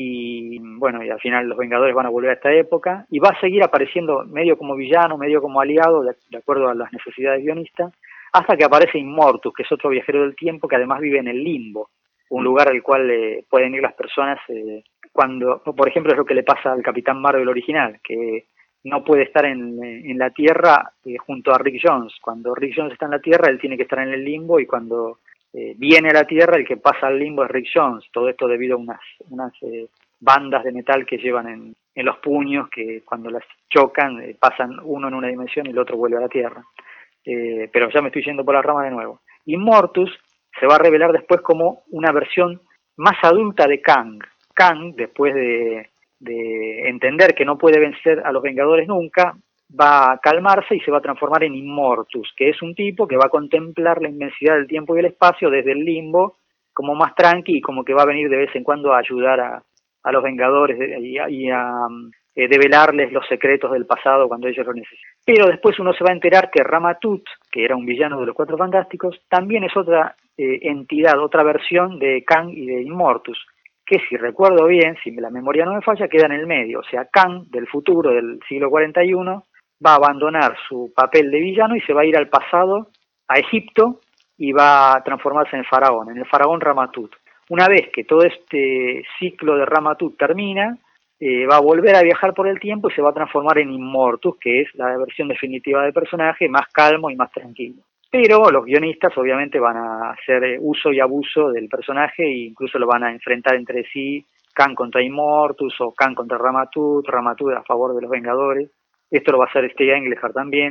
y bueno, y al final los Vengadores van a volver a esta época, y va a seguir apareciendo medio como villano, medio como aliado, de, de acuerdo a las necesidades guionistas, hasta que aparece Immortus, que es otro viajero del tiempo que además vive en el Limbo, un lugar al cual eh, pueden ir las personas eh, cuando, por ejemplo, es lo que le pasa al Capitán Marvel original, que no puede estar en, en la Tierra eh, junto a Rick Jones. Cuando Rick Jones está en la Tierra, él tiene que estar en el Limbo, y cuando Eh, viene a la Tierra, el que pasa al limbo es Rick Jones. Todo esto debido a unas, unas eh, bandas de metal que llevan en, en los puños, que cuando las chocan eh, pasan uno en una dimensión y el otro vuelve a la Tierra. Eh, pero ya me estoy yendo por las ramas de nuevo. Immortus se va a revelar después como una versión más adulta de Kang. Kang, después de, de entender que no puede vencer a los Vengadores nunca, va a calmarse y se va a transformar en Immortus, que es un tipo que va a contemplar la inmensidad del tiempo y el espacio desde el limbo, como más tranqui, y como que va a venir de vez en cuando a ayudar a, a los Vengadores y a, y a eh, develarles los secretos del pasado cuando ellos lo necesitan. Pero después uno se va a enterar que Ramatut, que era un villano de los Cuatro Fantásticos, también es otra eh, entidad, otra versión de Kang y de Immortus, que si recuerdo bien, si la memoria no me falla, queda en el medio. O sea, Kang del futuro, del siglo cuarenta y uno, va a abandonar su papel de villano y se va a ir al pasado, a Egipto, y va a transformarse en faraón, en el faraón Ramatut. Una vez que todo este ciclo de Ramatut termina, eh, va a volver a viajar por el tiempo y se va a transformar en Immortus, que es la versión definitiva del personaje, más calmo y más tranquilo. Pero los guionistas obviamente van a hacer uso y abuso del personaje e incluso lo van a enfrentar entre sí, Kang contra Immortus o Kang contra Ramatut, Ramatut a favor de los Vengadores. Esto lo va a hacer Steve Englehart también,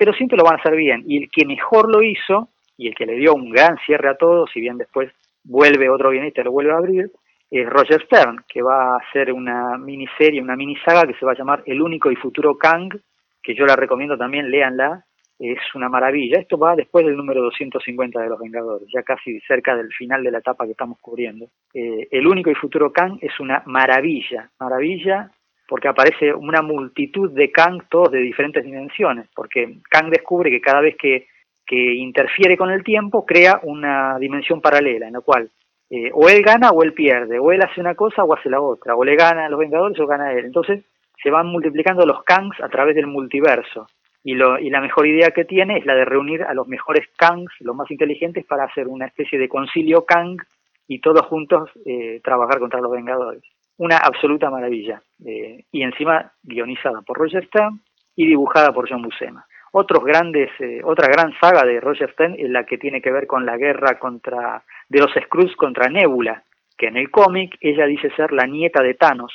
pero siempre lo van a hacer bien. Y el que mejor lo hizo, y el que le dio un gran cierre a todo, si bien después vuelve otro guionista y lo vuelve a abrir, es Roger Stern, que va a hacer una miniserie, una minisaga que se va a llamar El único y futuro Kang, que yo la recomiendo también, léanla, es una maravilla. Esto va después del número doscientos cincuenta de Los Vengadores, ya casi cerca del final de la etapa que estamos cubriendo. Eh, El único y futuro Kang es una maravilla, maravilla, porque aparece una multitud de Kang, todos de diferentes dimensiones, porque Kang descubre que cada vez que, que interfiere con el tiempo, crea una dimensión paralela, en la cual eh, o él gana o él pierde, o él hace una cosa o hace la otra, o le gana a los Vengadores o gana a él. Entonces se van multiplicando los Kangs a través del multiverso, y, lo, y la mejor idea que tiene es la de reunir a los mejores Kangs, los más inteligentes, para hacer una especie de concilio Kang, y todos juntos eh, trabajar contra los Vengadores. Una absoluta maravilla, eh, y encima guionizada por Roger Stern y dibujada por John Buscema. Otros grandes, eh, otra gran saga de Roger Stern es la que tiene que ver con la guerra contra de los Skrulls contra Nebula, que en el cómic ella dice ser la nieta de Thanos,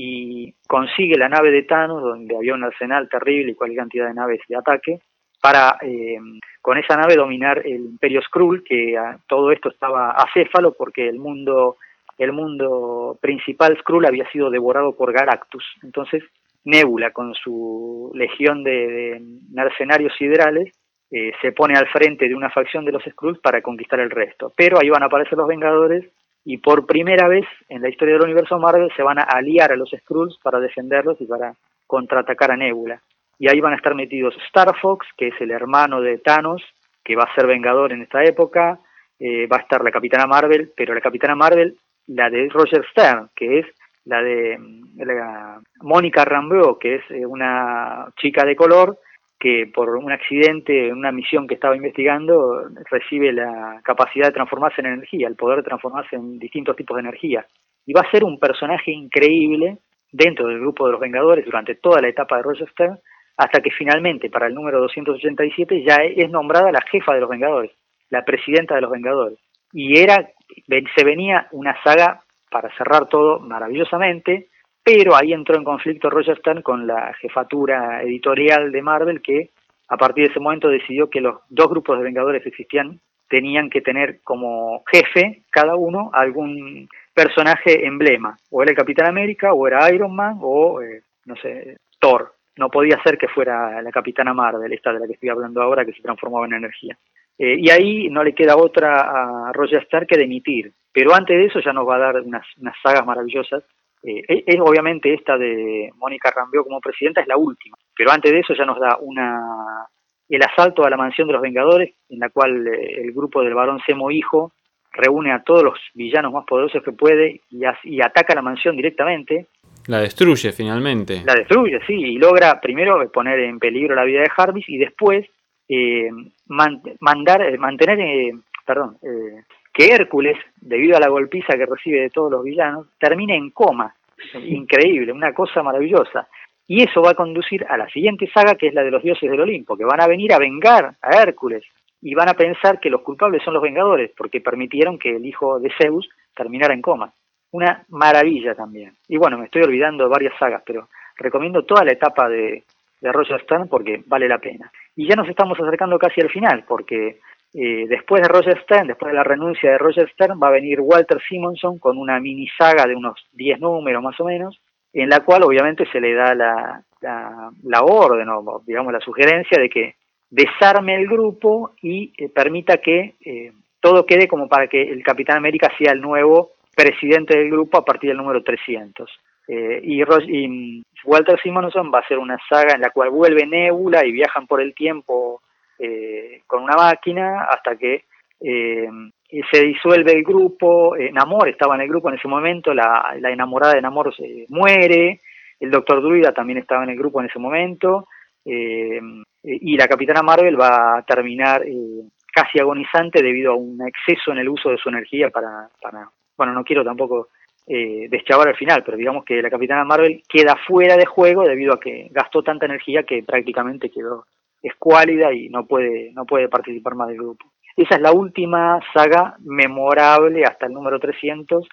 y consigue la nave de Thanos, donde había un arsenal terrible y cualquier cantidad de naves de ataque, para eh, con esa nave dominar el Imperio Skrull, que a, todo esto estaba acéfalo porque el mundo el mundo principal Skrull había sido devorado por Galactus. Entonces Nebula, con su legión de, de mercenarios siderales, eh, se pone al frente de una facción de los Skrulls para conquistar el resto. Pero ahí van a aparecer los Vengadores, y por primera vez en la historia del universo Marvel se van a aliar a los Skrulls para defenderlos y para contraatacar a Nebula. Y ahí van a estar metidos Star Fox, que es el hermano de Thanos, que va a ser Vengador en esta época. Eh, va a estar la Capitana Marvel, pero la Capitana Marvel, la de Roger Stern, que es la de la Mónica Rambeau, que es una chica de color que por un accidente, en una misión que estaba investigando, recibe la capacidad de transformarse en energía, el poder de transformarse en distintos tipos de energía. Y va a ser un personaje increíble dentro del grupo de los Vengadores durante toda la etapa de Roger Stern, hasta que finalmente, para el número doscientos ochenta y siete, ya es nombrada la jefa de los Vengadores, la presidenta de los Vengadores. Y era se venía una saga para cerrar todo maravillosamente, pero ahí entró en conflicto Roger Stern con la jefatura editorial de Marvel, que a partir de ese momento decidió que los dos grupos de Vengadores que existían tenían que tener como jefe, cada uno, algún personaje emblema. O era el Capitán América, o era Iron Man, o, eh, no sé, Thor. No podía ser que fuera la Capitana Marvel, esta de la que estoy hablando ahora, que se transformaba en energía. Eh, y ahí no le queda otra a Roger Stern que demitir. Pero antes de eso ya nos va a dar unas, unas sagas maravillosas. Eh, es obviamente esta de Mónica Rambeau como presidenta es la última, pero antes de eso ya nos da una el asalto a la mansión de los Vengadores, en la cual eh, el grupo del Barón Zemo Hijo reúne a todos los villanos más poderosos que puede y, y ataca la mansión directamente. La destruye finalmente. La destruye, sí, y logra primero poner en peligro la vida de Jarvis y después eh, man, mandar, eh, mantener, eh, perdón, eh, que Hércules, debido a la golpiza que recibe de todos los villanos, termine en coma. Increíble, una cosa maravillosa. Y eso va a conducir a la siguiente saga, que es la de los dioses del Olimpo, que van a venir a vengar a Hércules y van a pensar que los culpables son los Vengadores, porque permitieron que el hijo de Zeus terminara en coma. Una maravilla también. Y bueno, me estoy olvidando de varias sagas, pero recomiendo toda la etapa de, de Roger Stern porque vale la pena. Y ya nos estamos acercando casi al final, porque Eh, después de Roger Stern, después de la renuncia de Roger Stern, va a venir Walter Simonson con una mini saga de unos diez números más o menos, en la cual obviamente se le da la, la, la orden o digamos la sugerencia de que desarme el grupo y eh, permita que eh, todo quede como para que el Capitán América sea el nuevo presidente del grupo a partir del número trescientos. Eh, y, y Walter Simonson va a hacer una saga en la cual vuelve Nebula y viajan por el tiempo Eh, con una máquina hasta que eh, se disuelve el grupo. eh, Namor estaba en el grupo en ese momento, la, la enamorada de Namor se muere, el Doctor Druida también estaba en el grupo en ese momento, eh, y la Capitana Marvel va a terminar eh, casi agonizante debido a un exceso en el uso de su energía para, para bueno, no quiero tampoco eh, deschavar al final, pero digamos que la Capitana Marvel queda fuera de juego debido a que gastó tanta energía que prácticamente quedó escuálida y no puede no puede participar más del grupo. Esa es la última saga memorable hasta el número trescientos,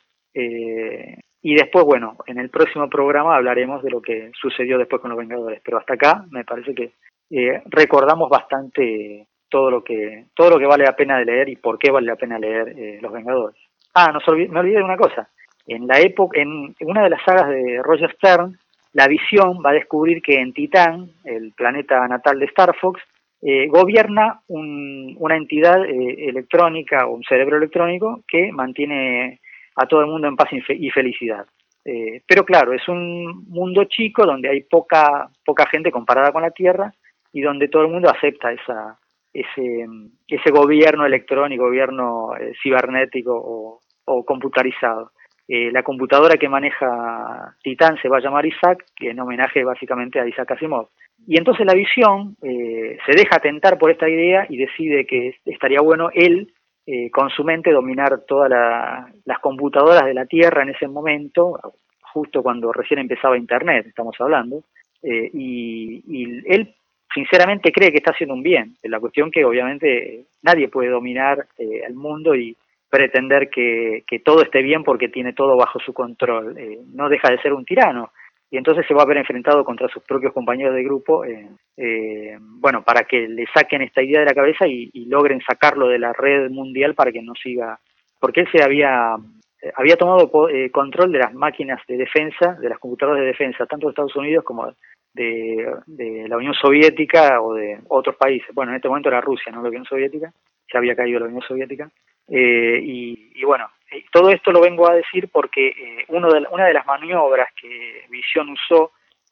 eh, y después, bueno, en el próximo programa hablaremos de lo que sucedió después con los Vengadores, pero hasta acá me parece que eh, recordamos bastante todo lo que todo lo que vale la pena de leer y por qué vale la pena leer eh, Los Vengadores. Ah, no, me olvidé de una cosa. En la época, en una de las sagas de Roger Stern, la Visión va a descubrir que en Titán, el planeta natal de Star Fox, eh, gobierna un, una entidad eh, electrónica o un cerebro electrónico que mantiene a todo el mundo en paz y, fe y felicidad. Eh, pero claro, es un mundo chico donde hay poca poca gente comparada con la Tierra y donde todo el mundo acepta esa ese ese gobierno electrónico, gobierno eh, cibernético o, o computarizado. Eh, la computadora que maneja Titán se va a llamar Isaac, en homenaje básicamente a Isaac Asimov. Y entonces la Visión eh, se deja tentar por esta idea y decide que estaría bueno él, eh, con su mente, dominar todas la, las computadoras de la Tierra en ese momento, justo cuando recién empezaba Internet, estamos hablando, eh, y, y él sinceramente cree que está haciendo un bien. La cuestión que obviamente nadie puede dominar eh, el mundo y pretender que, que todo esté bien porque tiene todo bajo su control. Eh, no deja de ser un tirano. Y entonces se va a ver enfrentado contra sus propios compañeros de grupo, eh, eh, bueno, para que le saquen esta idea de la cabeza y, y logren sacarlo de la red mundial para que no siga, porque él se había, eh, había tomado eh, control de las máquinas de defensa, de las computadoras de defensa, tanto de Estados Unidos como de, de la Unión Soviética o de otros países. Bueno, en este momento era Rusia, no la Unión Soviética, se había caído la Unión Soviética. Eh, y, y bueno, todo esto lo vengo a decir porque eh, uno de, una de las maniobras que Visión usó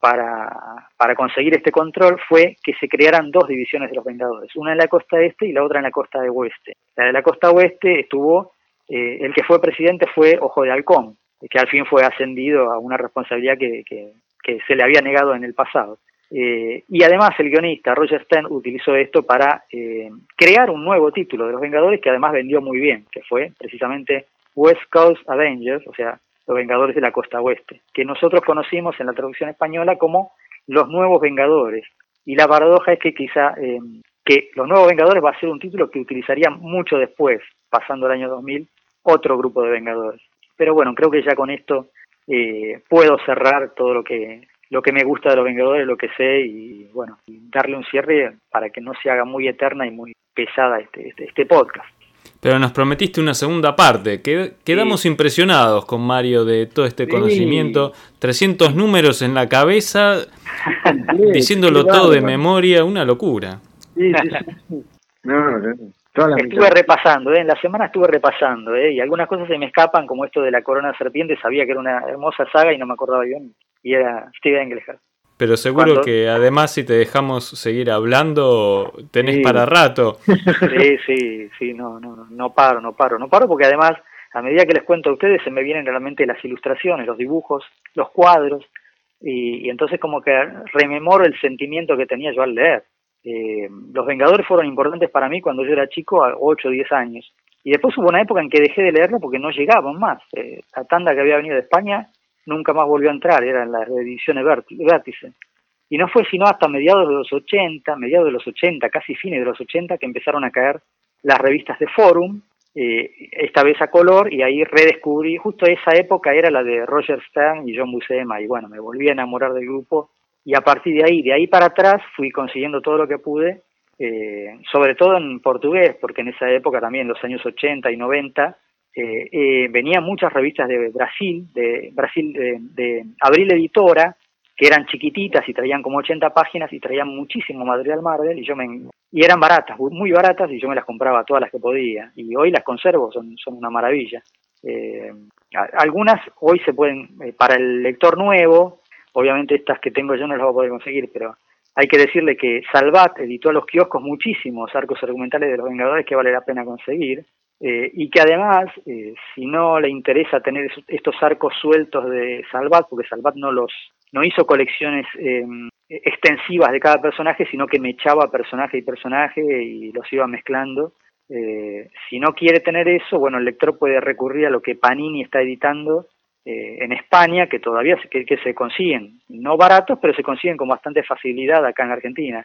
para, para conseguir este control fue que se crearan dos divisiones de los Vengadores, una en la costa este y la otra en la costa de oeste. La de la costa oeste estuvo, eh, el que fue presidente fue Ojo de Halcón, que al fin fue ascendido a una responsabilidad que, que, que se le había negado en el pasado. Eh, y además el guionista Roger Stern utilizó esto para eh, crear un nuevo título de los Vengadores que además vendió muy bien, que fue precisamente West Coast Avengers, o sea, los Vengadores de la Costa Oeste, que nosotros conocimos en la traducción española como Los Nuevos Vengadores. Y la paradoja es que quizá eh, que Los Nuevos Vengadores va a ser un título que utilizaría mucho después, pasando el año dos mil, otro grupo de Vengadores. Pero bueno, creo que ya con esto eh, puedo cerrar todo lo que lo que me gusta de los Vengadores, lo que sé, y bueno, darle un cierre para que no se haga muy eterna y muy pesada este, este, este podcast. Pero nos prometiste una segunda parte. Quedamos sí. impresionados con Mario de todo este sí. conocimiento. trescientos números en la cabeza, diciéndolo todo de memoria, una locura. Sí, sí, sí. No, no, toda la estuve mitad. repasando, ¿eh? En la semana estuve repasando, ¿eh? Y algunas cosas se me escapan, como esto de la corona serpiente. Sabía que era una hermosa saga y no me acordaba bien. Y era Steve Englehart. Pero seguro Cuando... que además si te dejamos seguir hablando, tenés sí. para rato. Sí, sí, sí, no, no, no paro, no paro, no paro porque además, a medida que les cuento a ustedes, se me vienen realmente las ilustraciones, los dibujos, los cuadros, y, y entonces como que rememoro el sentimiento que tenía yo al leer. Eh, los Vengadores fueron importantes para mí cuando yo era chico, a ocho o diez años. Y después hubo una época en que dejé de leerlo porque no llegaban más. Eh, la tanda que había venido de España nunca más volvió a entrar, eran las ediciones Vértice. Y no fue sino hasta mediados de los ochenta, mediados de los ochenta, casi fines de los ochenta, que empezaron a caer las revistas de Forum, eh, esta vez a color, y ahí redescubrí, justo esa época era la de Roger Stern y John Buscema, y bueno, me volví a enamorar del grupo, y a partir de ahí, de ahí para atrás, fui consiguiendo todo lo que pude, eh, sobre todo en portugués, porque en esa época también, en los años ochenta y noventa, Eh, eh, venían muchas revistas de Brasil, de Brasil, de, de Abril Editora, que eran chiquititas y traían como ochenta páginas y traían muchísimo material Marvel y yo me y eran baratas, muy baratas, y yo me las compraba todas las que podía, y hoy las conservo, son, son una maravilla. Eh, algunas hoy se pueden, eh, para el lector nuevo, obviamente estas que tengo yo no las voy a poder conseguir, pero hay que decirle que Salvat editó a los kioscos muchísimos arcos argumentales de los Vengadores que vale la pena conseguir. Eh, y que además, eh, si no le interesa tener esos, estos arcos sueltos de Salvat, porque Salvat no los no hizo colecciones eh, extensivas de cada personaje, sino que me echaba personaje y personaje y los iba mezclando. Eh, si no quiere tener eso, bueno, el lector puede recurrir a lo que Panini está editando eh, en España, que todavía se, que, que se consiguen, no baratos, pero se consiguen con bastante facilidad acá en la Argentina.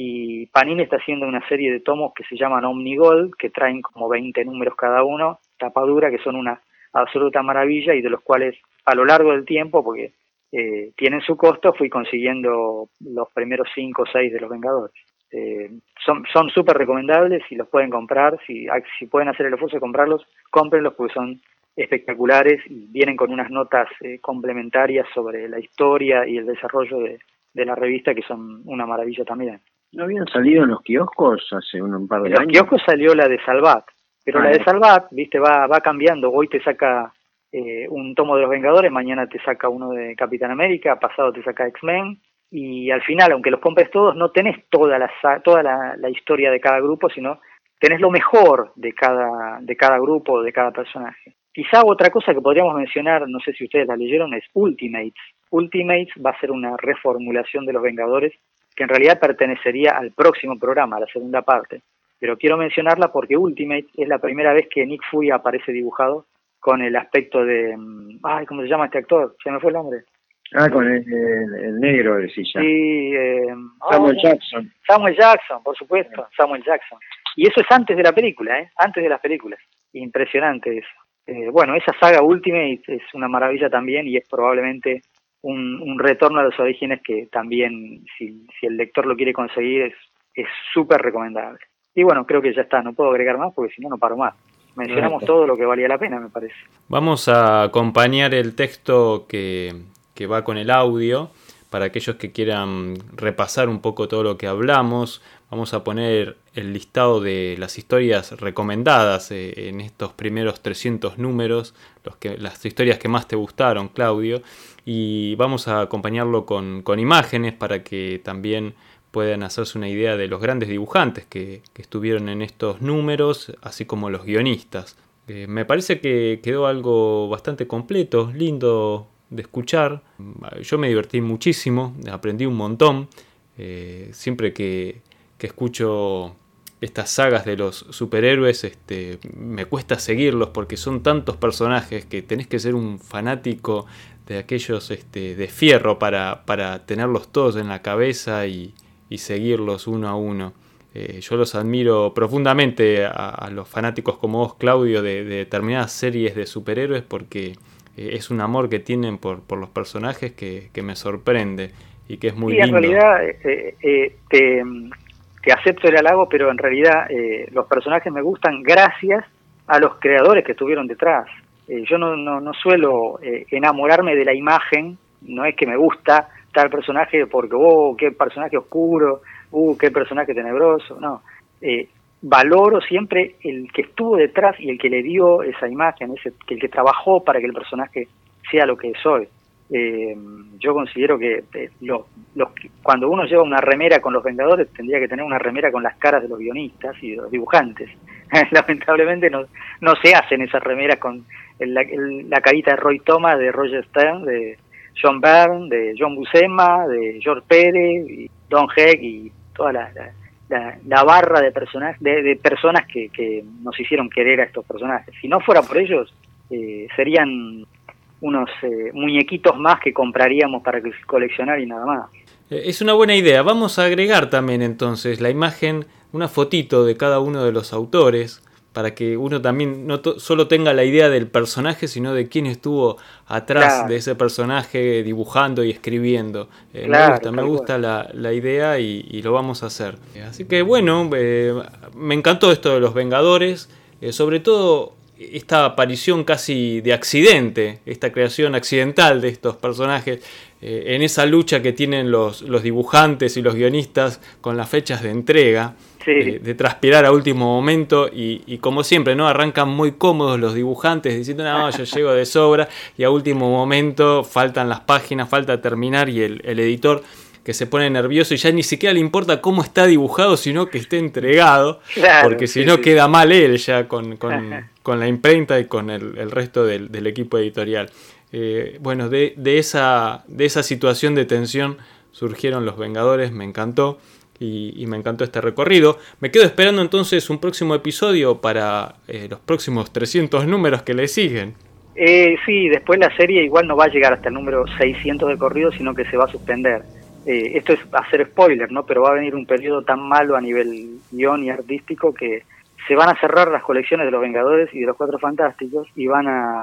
Y Panini está haciendo una serie de tomos que se llaman Omnigold, que traen como veinte números cada uno, tapa dura, que son una absoluta maravilla y de los cuales a lo largo del tiempo, porque eh, tienen su costo, fui consiguiendo los primeros cinco o seis de los Vengadores. Eh, son son súper recomendables, si los pueden comprar, si, si pueden hacer el esfuerzo de comprarlos, cómprenlos porque son espectaculares y vienen con unas notas eh, complementarias sobre la historia y el desarrollo de, de la revista, que son una maravilla también. ¿No habían salido en los kioscos hace un, un par de en los años? kioscos salió la de Salvat, pero ah, la de Salvat, viste, va va cambiando. Hoy te saca eh, un tomo de los Vengadores, mañana te saca uno de Capitán América, pasado te saca X-Men, y al final, aunque los compres todos, no tenés toda la toda la, la historia de cada grupo, sino tenés lo mejor de cada de cada grupo, de cada personaje. Quizá otra cosa que podríamos mencionar, no sé si ustedes la leyeron, es Ultimates. Ultimates va a ser una reformulación de los Vengadores que en realidad pertenecería al próximo programa, a la segunda parte. Pero quiero mencionarla porque Ultimates es la primera vez que Nick Fury aparece dibujado con el aspecto de... Ay, ¿cómo se llama este actor? Se me fue el nombre. Ah, con el, el, el negro, decís ya. Sí, eh, Samuel oh, Jackson. Samuel Jackson, por supuesto, Samuel Jackson. Y eso es antes de la película, ¿eh? Antes de las películas. Impresionante eso. Eh, bueno, esa saga Ultimate es una maravilla también y es probablemente un, un retorno a los orígenes que también, si, si el lector lo quiere conseguir, es es súper recomendable. Y bueno, creo que ya está, no puedo agregar más porque si no, no paro más. Mencionamos todo lo que valía la pena, me parece. Vamos a acompañar el texto que, que va con el audio para aquellos que quieran repasar un poco todo lo que hablamos. Vamos a poner el listado de las historias recomendadas eh, en estos primeros trescientos números, los que, las historias que más te gustaron, Claudio, y vamos a acompañarlo con, con imágenes para que también puedan hacerse una idea de los grandes dibujantes que, que estuvieron en estos números, así como los guionistas. Eh, me parece que quedó algo bastante completo, lindo de escuchar. Yo me divertí muchísimo, aprendí un montón. Eh, siempre que, que escucho estas sagas de los superhéroes, este, me cuesta seguirlos porque son tantos personajes que tenés que ser un fanático de aquellos este, de fierro para, para tenerlos todos en la cabeza y y seguirlos uno a uno. Eh, yo los admiro profundamente a, a los fanáticos como vos, Claudio, de, de determinadas series de superhéroes porque eh, es un amor que tienen por, por los personajes que, que me sorprende y que es muy sí, lindo. En realidad eh, eh, te, te acepto el halago, pero en realidad eh, los personajes me gustan gracias a los creadores que estuvieron detrás. Eh, yo no, no, no suelo eh, enamorarme de la imagen, no es que me gusta tal personaje porque, oh, qué personaje oscuro, uh, qué personaje tenebroso, no. Eh, valoro siempre el que estuvo detrás y el que le dio esa imagen, ese, el que trabajó para que el personaje sea lo que soy. Eh, yo considero que eh, lo, los, cuando uno lleva una remera con los Vengadores, tendría que tener una remera con las caras de los guionistas y de los dibujantes. Lamentablemente no, no se hacen esas remeras con el, la, el, la carita de Roy Thomas, de Roger Stern, de John Byrne, de John Buscema, de George Pérez, y Don Heck y toda la, la, la, la barra de personajes, de, de personas que, que nos hicieron querer a estos personajes. Si no fuera por ellos, eh, serían unos eh, muñequitos más que compraríamos para coleccionar y nada más. Es una buena idea. Vamos a agregar también entonces la imagen, una fotito de cada uno de los autores, para que uno también no to- solo tenga la idea del personaje, sino de quién estuvo atrás claro. de ese personaje dibujando y escribiendo. Eh, claro, me gusta, me gusta la, la idea y, y lo vamos a hacer. Así que bueno, eh, me encantó esto de los Vengadores, eh, sobre todo esta aparición casi de accidente, esta creación accidental de estos personajes, eh, en esa lucha que tienen los, los dibujantes y los guionistas con las fechas de entrega. Sí. De, de transpirar a último momento y, y como siempre, ¿no? Arrancan muy cómodos los dibujantes diciendo, no, yo llego de sobra y a último momento faltan las páginas, falta terminar y el, el editor que se pone nervioso y ya ni siquiera le importa cómo está dibujado, sino que esté entregado, claro, porque si sí, no sí. queda mal él ya con, con, con la imprenta y con el, el resto del, del equipo editorial. Eh, bueno, de, de, esa, de esa situación de tensión surgieron los Vengadores, me encantó. Y, y me encantó este recorrido. Me quedo esperando entonces un próximo episodio para eh, los próximos trescientos números que le siguen. Eh, sí, después la serie igual no va a llegar hasta el número seiscientos de corrido, sino que se va a suspender. Eh, esto es hacer spoiler, ¿no? Pero va a venir un periodo tan malo a nivel guión y artístico que se van a cerrar las colecciones de los Vengadores y de los Cuatro Fantásticos y van a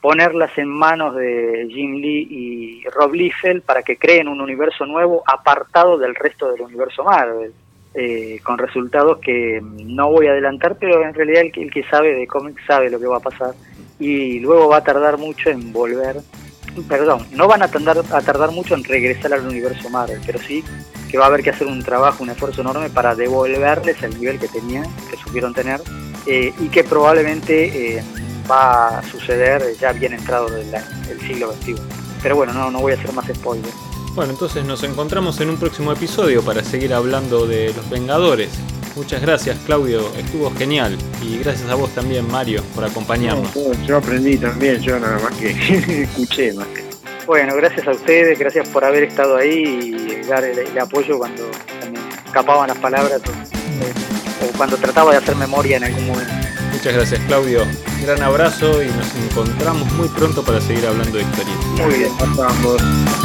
ponerlas en manos de Jim Lee y Rob Liefeld para que creen un universo nuevo apartado del resto del universo Marvel, eh, con resultados que no voy a adelantar, pero en realidad el que, el que sabe de cómics sabe lo que va a pasar, y luego va a tardar mucho en volver, perdón, no van a tardar, a tardar mucho en regresar al universo Marvel, pero sí que va a haber que hacer un trabajo, un esfuerzo enorme para devolverles el nivel que tenían, que supieron tener, eh, y que probablemente eh, va a suceder ya bien entrado del, del siglo veintiuno. Pero bueno, no, no voy a hacer más spoilers. Bueno, entonces nos encontramos en un próximo episodio para seguir hablando de Los Vengadores. Muchas gracias, Claudio, estuvo genial, y gracias a vos también, Mario, por acompañarnos. No, yo, yo aprendí también, yo nada más que escuché más que. Bueno, gracias a ustedes, gracias por haber estado ahí y dar el, el apoyo cuando me escapaban las palabras o, o cuando trataba de hacer memoria en algún momento. Muchas gracias, Claudio. Un gran abrazo y nos encontramos muy pronto para seguir hablando de historietas. Muy bien, Vamos.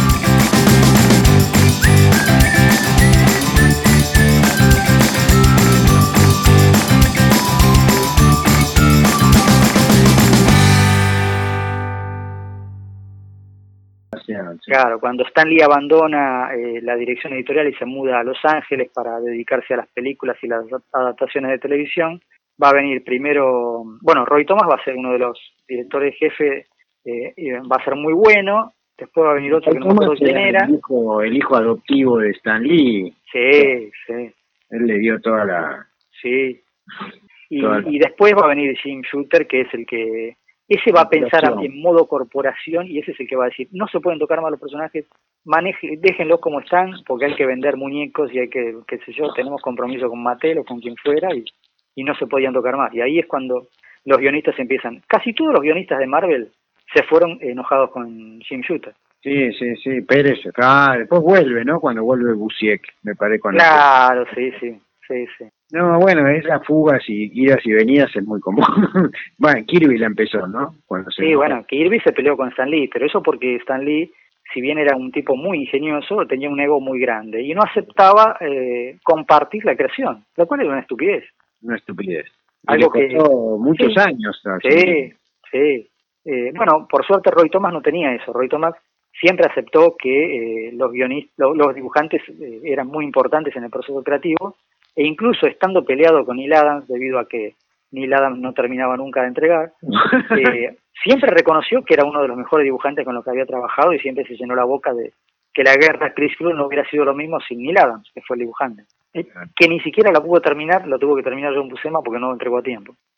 Claro, cuando Stan Lee abandona eh, la dirección editorial y se muda a Los Ángeles para dedicarse a las películas y las adaptaciones de televisión, va a venir primero, bueno, Roy Thomas va a ser uno de los directores jefe, eh, y va a ser muy bueno, después va a venir otro que no me acuerdo quién era. El hijo, el hijo adoptivo de Stan Lee. Sí, sí. Él le dio toda la... Sí. Y, toda la... y después va a venir Jim Shooter, que es el que... Ese va a pensar en modo corporación y ese es el que va a decir, no se pueden tocar más los personajes, maneje, déjenlos como están, porque hay que vender muñecos y hay que, qué sé yo, tenemos compromiso con Mattel o con quien fuera y, y no se podían tocar más. Y ahí es cuando los guionistas empiezan. Casi todos los guionistas de Marvel se fueron enojados con Jim Shooter. Sí, sí, sí, Pérez, ah, después vuelve, ¿no? Cuando vuelve Busiek, me parece. Con claro, el... sí, sí, sí, sí. No, bueno, esas fugas y idas y venidas es muy común. Bueno, Kirby la empezó, ¿no? Cuando se sí, enojó. Bueno, Kirby se peleó con Stan Lee, pero eso porque Stan Lee, si bien era un tipo muy ingenioso, tenía un ego muy grande y no aceptaba eh, compartir la creación, lo cual era una estupidez. Una estupidez. Algo que costó muchos sí, años. Así. Sí, sí. Eh, bueno, por suerte Roy Thomas no tenía eso. Roy Thomas siempre aceptó que eh, los guionistas, los, los dibujantes eh, eran muy importantes en el proceso creativo, e incluso estando peleado con Neil Adams debido a que Neil Adams no terminaba nunca de entregar, eh, siempre reconoció que era uno de los mejores dibujantes con los que había trabajado y siempre se llenó la boca de que la guerra Chris Club no hubiera sido lo mismo sin Neil Adams, que fue el dibujante. Eh, que ni siquiera la pudo terminar, lo tuvo que terminar John Buscema porque no entregó a tiempo.